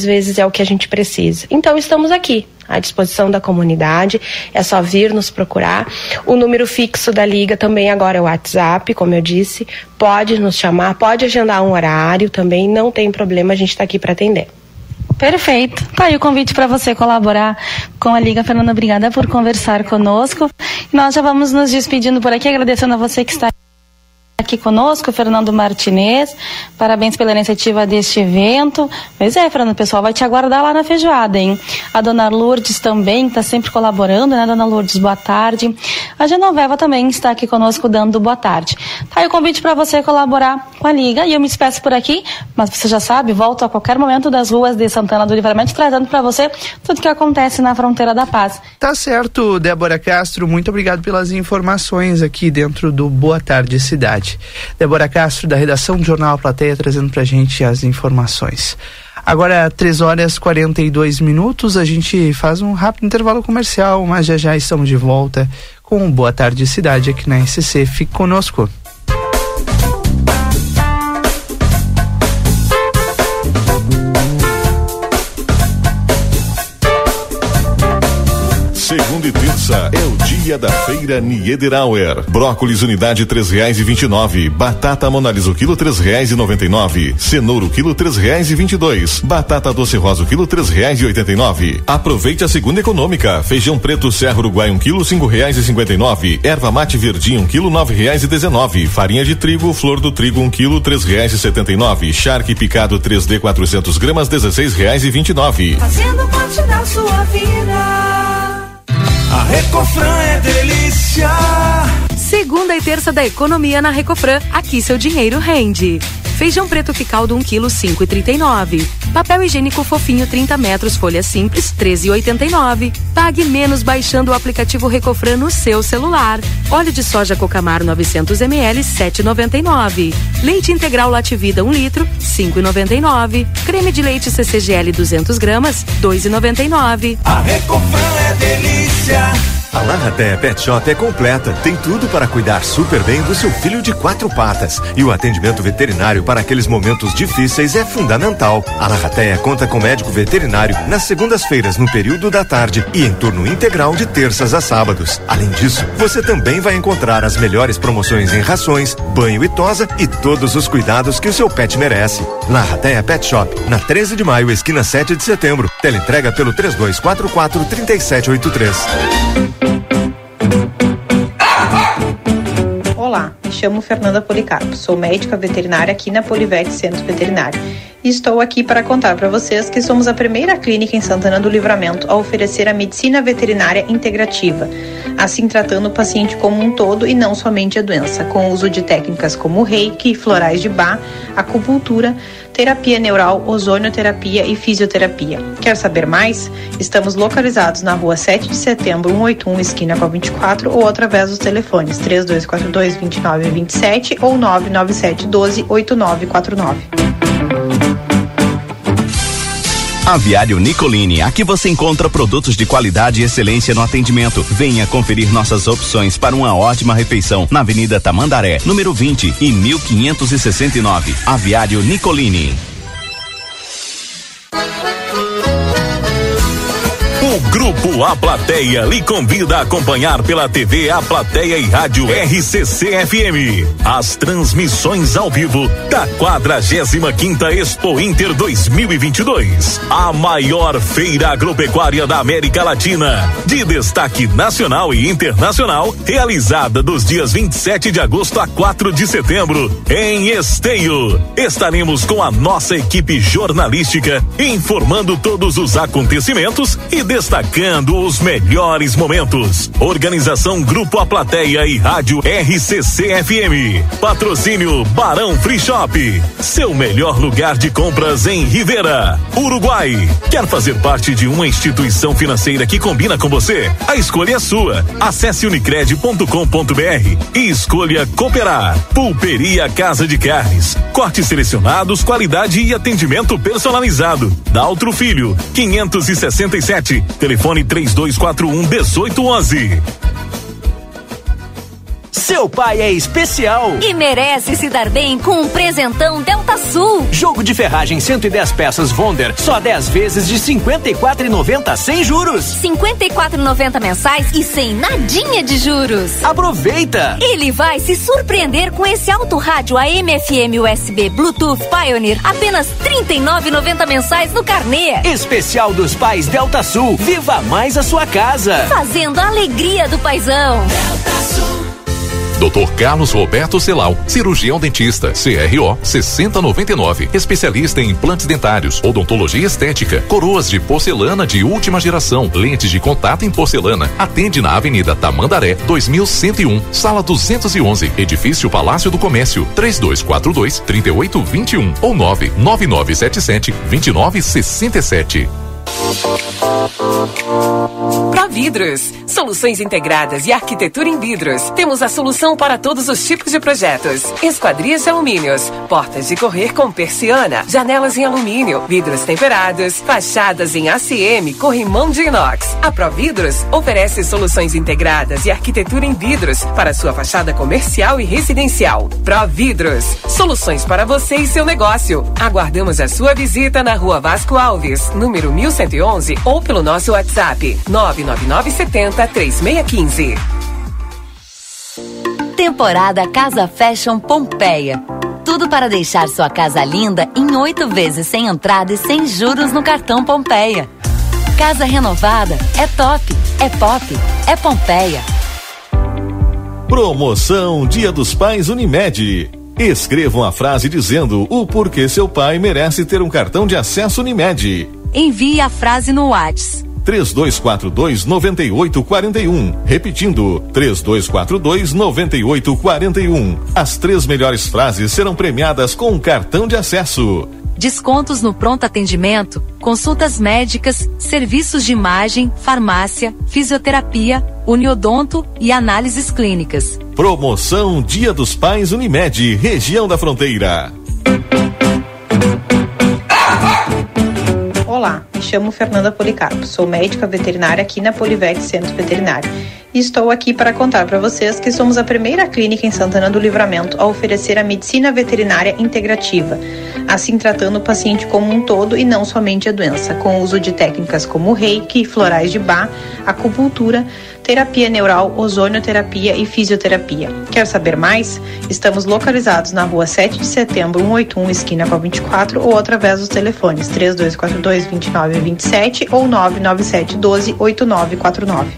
vezes é o que a gente precisa. Então estamos aqui à disposição da comunidade, é só vir nos procurar. O número fixo da Liga também agora é o WhatsApp, como eu disse, pode nos chamar, pode agendar um horário também, não tem problema, a gente está aqui para atender. Perfeito. Tá aí o convite para você colaborar com a Liga. Fernanda, obrigada por conversar conosco. Nós já vamos nos despedindo por aqui, agradecendo a você que está aqui conosco, Fernando Martinez, parabéns pela iniciativa deste evento. Pois é, Fernando, o pessoal vai te aguardar lá na feijoada, hein? A dona Lourdes também está sempre colaborando, né, dona Lourdes? Boa tarde. A Genoveva também está aqui conosco dando boa tarde. Tá aí o convite para você colaborar com a Liga, e eu me despeço por aqui, mas você já sabe, volto a qualquer momento das ruas de Santana do Livramento, trazendo para você tudo que acontece na fronteira da paz. Tá certo, Débora Castro, muito obrigado pelas informações aqui dentro do Boa Tarde Cidade. Débora Castro, da redação do Jornal A Plateia, trazendo pra gente as informações. Agora, três horas e quarenta e dois minutos, a gente faz um rápido intervalo comercial, mas já já estamos de volta com o Boa Tarde Cidade aqui na R C C. Fique conosco. Segunda e terça é o dia da feira Niederauer. Brócolis unidade três reais e vinte e nove. Batata Monalisa o quilo três reais e noventa e nove. Cenoura o quilo três reais e vinte e dois. Batata doce rosa o quilo três reais e oitenta e nove. Aproveite a segunda econômica. Feijão preto Serra Uruguai um quilo cinco reais e cinquenta e nove. Erva mate verdinha um quilo nove reais e dezenove. Farinha de trigo Flor do Trigo um quilo três reais e setenta e nove. Charque picado três D quatrocentos gramas dezesseis reais e vinte e nove. Fazendo parte da sua vida. A Recofran é delícia. Segunda e terça da economia na Recofran. Aqui seu dinheiro rende. Feijão preto que caldo um quilo cinco e trinta e nove. Papel higiênico fofinho trinta metros folha simples treze e oitenta e nove. Pague menos baixando o aplicativo Recofran no seu celular. Óleo de soja Cocamar novecentos mililitros sete e noventa e nove. Leite integral Lativida um litro cinco e noventa e nove. Creme de leite C C G L duzentos gramas dois e noventa e nove. A Recofran é delícia. A Larraté Pet Shop é completa, tem tudo para cuidar super bem do seu filho de quatro patas. E o atendimento veterinário para aqueles momentos difíceis é fundamental. A Larraté conta com médico veterinário nas segundas-feiras no período da tarde e em turno integral de terças a sábados. Além disso, você também vai encontrar as melhores promoções em rações, banho e tosa e todos os cuidados que o seu pet merece. Larraté Pet Shop, na treze de maio, esquina sete de setembro. Teleentrega pelo três dois quatro quatro, três sete oito três. Olá, me chamo Fernanda Policarpo, sou médica veterinária aqui na Polivete Centro Veterinário e estou aqui para contar para vocês que somos a primeira clínica em Santana do Livramento a oferecer a medicina veterinária integrativa, assim tratando o paciente como um todo e não somente a doença, com o uso de técnicas como reiki, florais de Bach, acupuntura, terapia neural, ozonioterapia e fisioterapia. Quer saber mais? Estamos localizados na rua sete de setembro, cento e oitenta e um, esquina com a vinte e quatro, ou através dos telefones três dois quatro dois, dois nove dois sete ou nove nove sete um dois, oito nove quatro nove. Aviário Nicolini, aqui você encontra produtos de qualidade e excelência no atendimento. Venha conferir nossas opções para uma ótima refeição na Avenida Tamandaré, número vinte e mil quinhentos e sessenta e nove. Aviário Nicolini. O Grupo A Plateia lhe convida a acompanhar pela T V A Plateia e Rádio R C C F M as transmissões ao vivo da quadragésima quinta Expo Inter dois mil e vinte e dois, a maior feira agropecuária da América Latina, de destaque nacional e internacional, realizada dos dias vinte e sete de agosto a quatro de setembro em Esteio. Estaremos com a nossa equipe jornalística informando todos os acontecimentos e destacando os melhores momentos. Organização Grupo A Plateia e Rádio R C C F M. Patrocínio Barão Free Shop. Seu melhor lugar de compras em Rivera, Uruguai. Quer fazer parte de uma instituição financeira que combina com você? A escolha é sua. Acesse unicred ponto com ponto br e escolha cooperar. Pulperia Casa de Carnes. Cortes selecionados, qualidade e atendimento personalizado. Daltro Filho, quinhentos e sessenta e sete. Telefone três dois quatro um, oito oito um um. Seu pai é especial e merece se dar bem com um presentão Delta Sul. Jogo de ferragem cento e dez peças Wonder, só dez vezes de cinquenta e quatro reais e noventa centavos sem juros. cinquenta e quatro reais e noventa centavos mensais e sem nadinha de juros. Aproveita! Ele vai se surpreender com esse autorrádio A M F M U S B Bluetooth Pioneer, apenas trinta e nove reais e noventa centavos mensais no carnê. Especial dos pais Delta Sul, viva mais a sua casa. Fazendo a alegria do paizão. Delta Sul. doutor Carlos Roberto Celal, cirurgião dentista, C R O sessenta noventa e nove, especialista em implantes dentários, odontologia estética, coroas de porcelana de última geração, lentes de contato em porcelana. Atende na Avenida Tamandaré, dois mil cento e um, sala duzentos e onze, edifício Palácio do Comércio, três dois quatro dois, três oito dois um ou nove nove nove sete sete, dois nove seis sete. Providros, soluções integradas e arquitetura em vidros. Temos a solução para todos os tipos de projetos. Esquadrias de alumínios, portas de correr com persiana, janelas em alumínio, vidros temperados, fachadas em A C M, corrimão de inox. A Providros oferece soluções integradas e arquitetura em vidros para sua fachada comercial e residencial. Providros, soluções para você e seu negócio. Aguardamos a sua visita na Rua Vasco Alves, número mil cento e onze, ou pelo nosso WhatsApp nove nove nove sete zero três seis um cinco. Temporada Casa Fashion Pompeia. Tudo para deixar sua casa linda em oito vezes sem entrada e sem juros no cartão Pompeia. Casa renovada é top, é pop, é Pompeia. Promoção Dia dos Pais Unimed. Escrevam a frase dizendo o porquê seu pai merece ter um cartão de acesso Unimed. Envie a frase no WhatsApp. três dois quatro dois, nove oito quatro um. Repetindo, três dois quatro dois, nove oito quatro um. As três melhores frases serão premiadas com um cartão de acesso. Descontos no pronto atendimento, consultas médicas, serviços de imagem, farmácia, fisioterapia, uniodonto e análises clínicas. Promoção Dia dos Pais Unimed, região da fronteira. Olá, me chamo Fernanda Policarpo, sou médica veterinária aqui na Polivete Centro Veterinário e estou aqui para contar para vocês que somos a primeira clínica em Santana do Livramento a oferecer a medicina veterinária integrativa, assim tratando o paciente como um todo e não somente a doença, com o uso de técnicas como reiki, florais de Bach, acupuntura, terapia neural, ozonioterapia e fisioterapia. Quer saber mais? Estamos localizados na rua sete de setembro, cento e oitenta e um, esquina com a vinte e quatro, ou através dos telefones três dois quatro dois, dois nove dois sete ou nove nove sete um dois, oito nove quatro nove.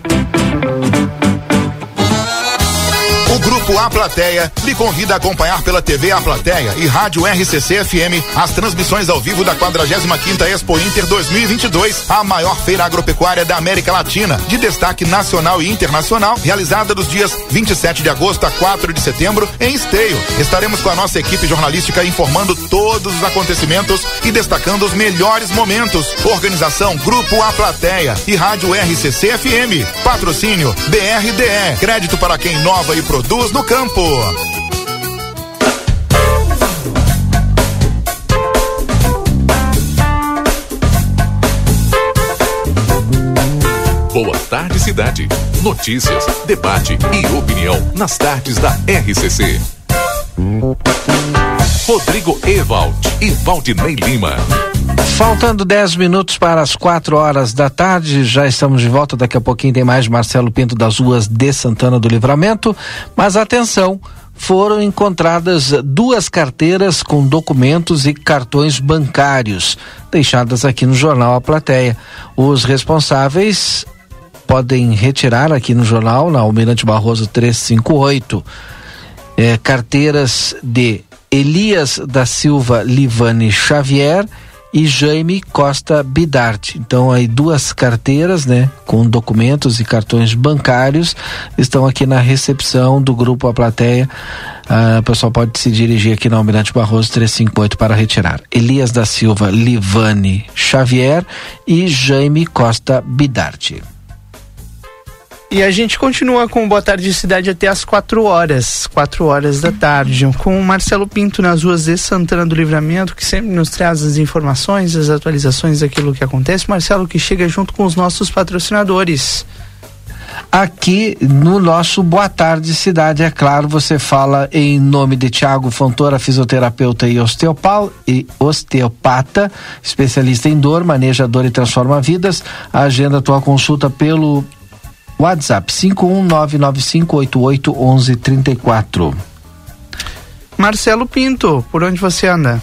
O Grupo A Plateia lhe convida a acompanhar pela T V A Plateia e Rádio R C C F M as transmissões ao vivo da quadragésima quinta Expo Inter dois mil e vinte e dois, a maior feira agropecuária da América Latina, de destaque nacional e internacional, realizada dos dias vinte e sete de agosto a quatro de setembro em Esteio. Estaremos com a nossa equipe jornalística informando todos os acontecimentos e destacando os melhores momentos. Organização Grupo A Plateia e Rádio R C C F M. Patrocínio B R D E. Crédito para quem inova e produz no campo. Boa tarde, cidade. Notícias, debate e opinião nas tardes da R C C. Rodrigo Ewald e Valdinei Lima. Faltando dez minutos para as quatro horas da tarde, já estamos de volta. Daqui a pouquinho tem mais Marcelo Pinto das ruas de Santana do Livramento. Mas atenção, foram encontradas duas carteiras com documentos e cartões bancários, deixadas aqui no jornal A Plateia. Os responsáveis podem retirar aqui no jornal, na Almirante Barroso trezentos e cinquenta e oito, é, carteiras de Elias da Silva Livane Xavier e Jaime Costa Bidarte. Então aí duas carteiras, né, com documentos e cartões bancários estão aqui na recepção do Grupo A Plateia. Ah, o pessoal pode se dirigir aqui na Almirante Barroso trezentos e cinquenta e oito para retirar. Elias da Silva Livane Xavier e Jaime Costa Bidarte. E a gente continua com o Boa Tarde Cidade até as quatro horas, quatro horas da tarde, com o Marcelo Pinto nas ruas de Santana do Livramento, que sempre nos traz as informações, as atualizações daquilo que acontece. Marcelo, que chega junto com os nossos patrocinadores. aqui no nosso Boa Tarde Cidade. É claro, você fala em nome de Tiago Fontoura, fisioterapeuta e, osteopal, e osteopata, especialista em dor, maneja dor e transforma vidas. Agenda tua consulta pelo WhatsApp cinco um nove nove cinco oito oito um um três quatro. Marcelo Pinto, por onde você anda?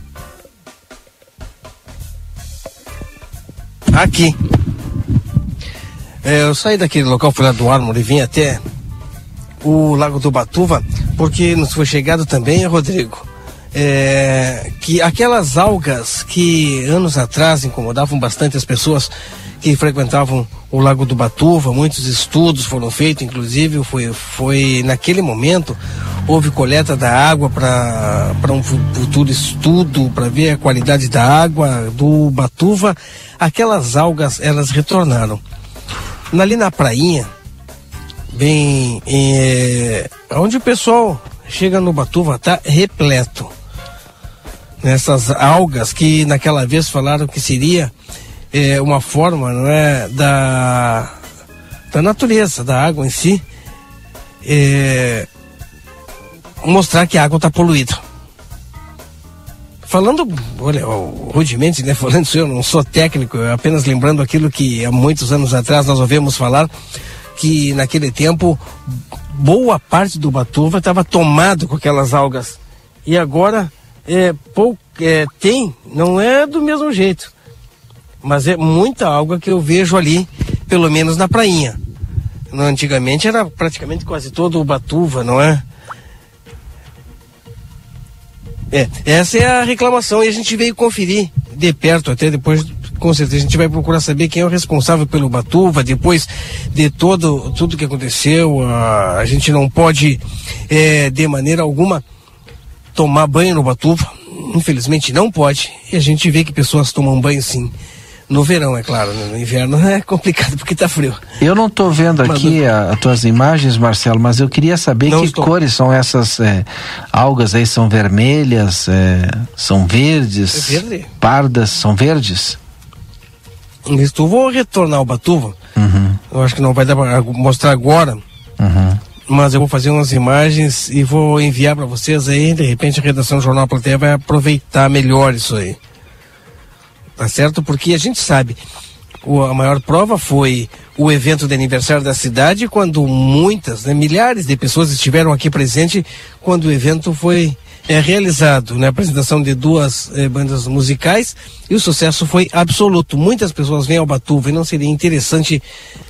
Aqui. É, eu saí daquele local, fui lá do Ármore e vim até o Lago do Batuva, porque nos foi chegado também, Rodrigo, é, que aquelas algas que anos atrás incomodavam bastante as pessoas que frequentavam o Lago do Batuva, muitos estudos foram feitos, inclusive foi, foi naquele momento houve coleta da água para para um futuro estudo, para ver a qualidade da água do Batuva. Aquelas algas, elas retornaram. Ali na prainha, bem, é, onde o pessoal chega no Batuva, tá repleto. Nessas algas que naquela vez falaram que seria é, uma forma, não é, da, da natureza, da água em si, é, mostrar que a água está poluída. Falando, olha, rudemente, né, falando isso, eu não sou técnico, eu apenas lembrando aquilo que há muitos anos atrás nós ouvimos falar, que naquele tempo boa parte do Batuva estava tomado com aquelas algas. E agora é, pouco, é, tem, não é do mesmo jeito, mas é muita alga que eu vejo ali, pelo menos na prainha. Antigamente era praticamente quase todo o Batuva, não é? É, essa é a reclamação e a gente veio conferir de perto, até depois, com certeza, a gente vai procurar saber quem é o responsável pelo Batuva, depois de todo, tudo que aconteceu. A, a gente não pode, é, de maneira alguma, tomar banho no Batuva, infelizmente não pode, e a gente vê que pessoas tomam banho sim. No verão, é claro, no inverno é complicado porque tá frio. Eu não tô vendo aqui as tuas imagens, Marcelo, mas eu queria saber não que estou. cores são essas é, algas aí, são vermelhas, é, são verdes, é verde. Pardas, são verdes? Eu vou retornar ao Batuva, uhum. Eu acho que não vai dar para mostrar agora, uhum. Mas eu vou fazer umas imagens e vou enviar para vocês aí, de repente a redação do Jornal Plateia vai aproveitar melhor isso aí. Tá certo? Porque a gente sabe, o, a maior prova foi o evento de aniversário da cidade, quando muitas, né, milhares de pessoas estiveram aqui presentes quando o evento foi é, realizado, né? A apresentação de duas é, bandas musicais, e o sucesso foi absoluto. Muitas pessoas vêm ao Batuva e não seria interessante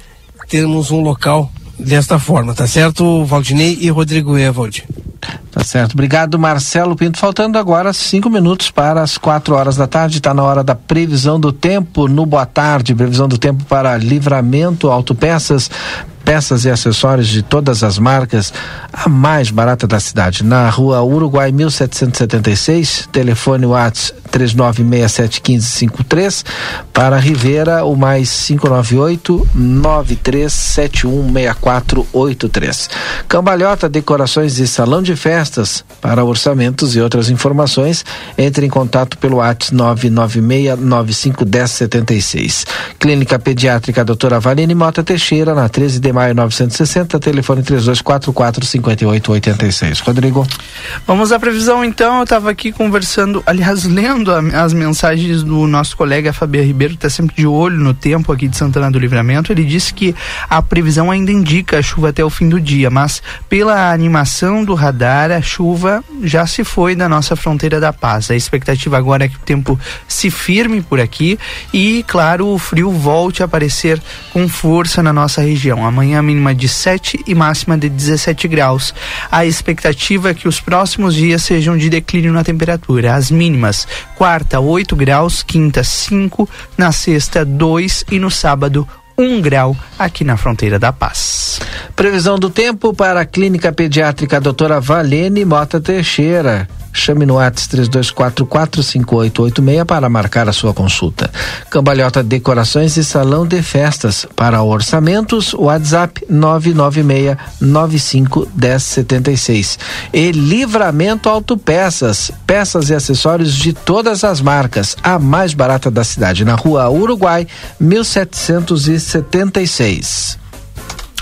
termos um local desta forma, tá certo, Valdinei e Rodrigo Evald? Tá certo, obrigado, Marcelo Pinto. Faltando agora cinco minutos para as quatro horas da tarde, está na hora da previsão do tempo no Boa Tarde, previsão do tempo para Livramento Autopeças, peças e acessórios de todas as marcas, a mais barata da cidade, na rua Uruguai mil setecentos e setenta e seis, telefone WhatsApp três nove seis sete um cinco cinco três, para Rivera o mais cinco nove oito nove três sete um seis quatro oito três. Cambalhota Decorações e Salão de Festas, para orçamentos e outras informações, entre em contato pelo WhatsApp nove nove seis nove cinco um zero sete seis. Clínica Pediátrica Doutora Valene Mota Teixeira, na treze de maio novecentos e sessenta, telefone três dois quatro quatro cinco oito oito seis. Rodrigo. Vamos à previsão então. Eu estava aqui conversando, aliás, lendo a, as mensagens do nosso colega Fabiano Ribeiro, que está sempre de olho no tempo aqui de Santana do Livramento. Ele disse que a previsão ainda indica a chuva até o fim do dia, mas pela animação do radar, a chuva já se foi da nossa fronteira da paz. A expectativa agora é que o tempo se firme por aqui e, claro, o frio volte a aparecer com força na nossa região. Amanhã mínima de sete e máxima de dezessete graus. A expectativa é que os próximos dias sejam de declínio na temperatura. As mínimas, quarta oito graus, quinta cinco, na sexta dois e no sábado um grau aqui na fronteira da paz. Previsão do tempo para a Clínica Pediátrica Doutora Valene Mota Teixeira. Chame no WhatsApp três dois quatro quatro cinco oito oito seis para marcar a sua consulta. Cambalhota Decorações e Salão de Festas, para orçamentos, WhatsApp nove nove seis nove cinco um zero sete seis. E Livramento Autopeças, peças e acessórios de todas as marcas, a mais barata da cidade, na rua Uruguai mil setecentos e setenta e seis.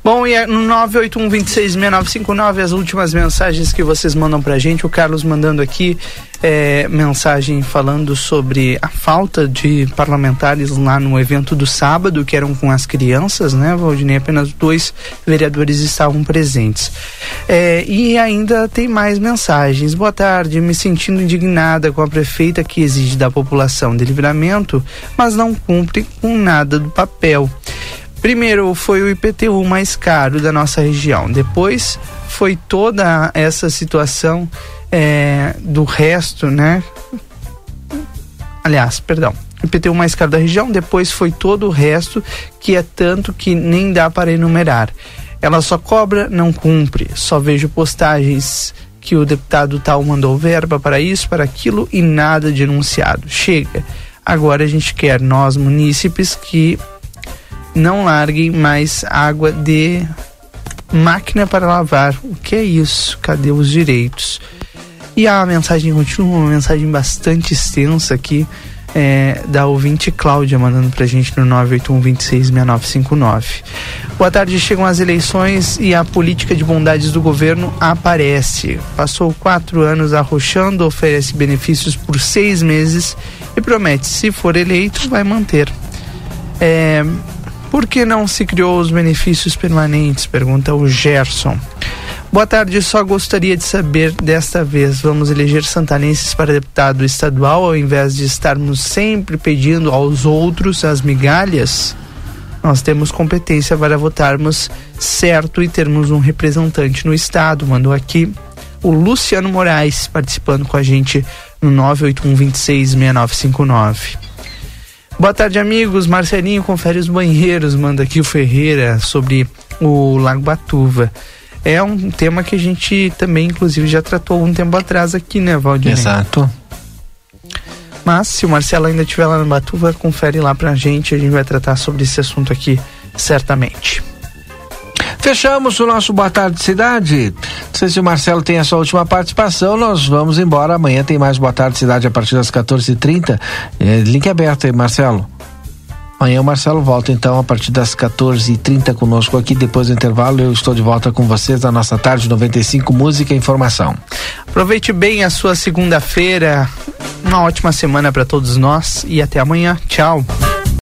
Bom, e no nove oito um, dois seis, seis nove cinco nove, as últimas mensagens que vocês mandam pra gente. O Carlos mandando aqui é, mensagem falando sobre a falta de parlamentares lá no evento do sábado, que eram com as crianças, né, Valdinei? Apenas dois vereadores estavam presentes. É, e ainda tem mais mensagens. Boa tarde, me sentindo indignada com a prefeita que exige da população de Livramento, mas não cumpre com nada do papel. Primeiro foi o I P T U mais caro da nossa região. Depois foi toda essa situação é, do resto, né? Aliás, perdão. I P T U mais caro da região. Depois foi todo o resto, que é tanto que nem dá para enumerar. Ela só cobra, não cumpre. Só vejo postagens que o deputado tal mandou verba para isso, para aquilo e nada de anunciado. Chega. Agora a gente quer, nós munícipes, que não larguem mais água de máquina para lavar. O que é isso? Cadê os direitos? E a mensagem continua, uma mensagem bastante extensa aqui, é, da ouvinte Cláudia, mandando pra gente no nove oito um, dois seis, seis nove cinco nove. Boa tarde, chegam as eleições e a política de bondades do governo aparece. Passou quatro anos arrochando, oferece benefícios por seis meses e promete, se for eleito, vai manter. É... Por que não se criou os benefícios permanentes? Pergunta o Gerson. Boa tarde, só gostaria de saber, desta vez, vamos eleger santanenses para deputado estadual ao invés de estarmos sempre pedindo aos outros as migalhas? Nós temos competência para votarmos certo e termos um representante no estado. Mandou aqui o Luciano Moraes participando com a gente no nove oito um, dois seis, seis nove cinco nove. Boa tarde, amigos. Marcelinho confere os banheiros, manda aqui o Ferreira sobre o Lago Batuva. É um tema que a gente também, inclusive, já tratou algum tempo atrás aqui, né, Valdinei? Exato. Mas, se o Marcelo ainda estiver lá no Batuva, confere lá pra gente, a gente vai tratar sobre esse assunto aqui, certamente. Fechamos o nosso Boa Tarde Cidade. Não sei se o Marcelo tem a sua última participação, nós vamos embora. Amanhã tem mais Boa Tarde Cidade a partir das quatorze e trinta. É, link aberto aí, Marcelo. Amanhã o Marcelo volta então a partir das quatorze e trinta conosco aqui. Depois do intervalo eu estou de volta com vocês na nossa tarde noventa e cinco, música e informação. Aproveite bem a sua segunda-feira. Uma ótima semana para todos nós e até amanhã. Tchau.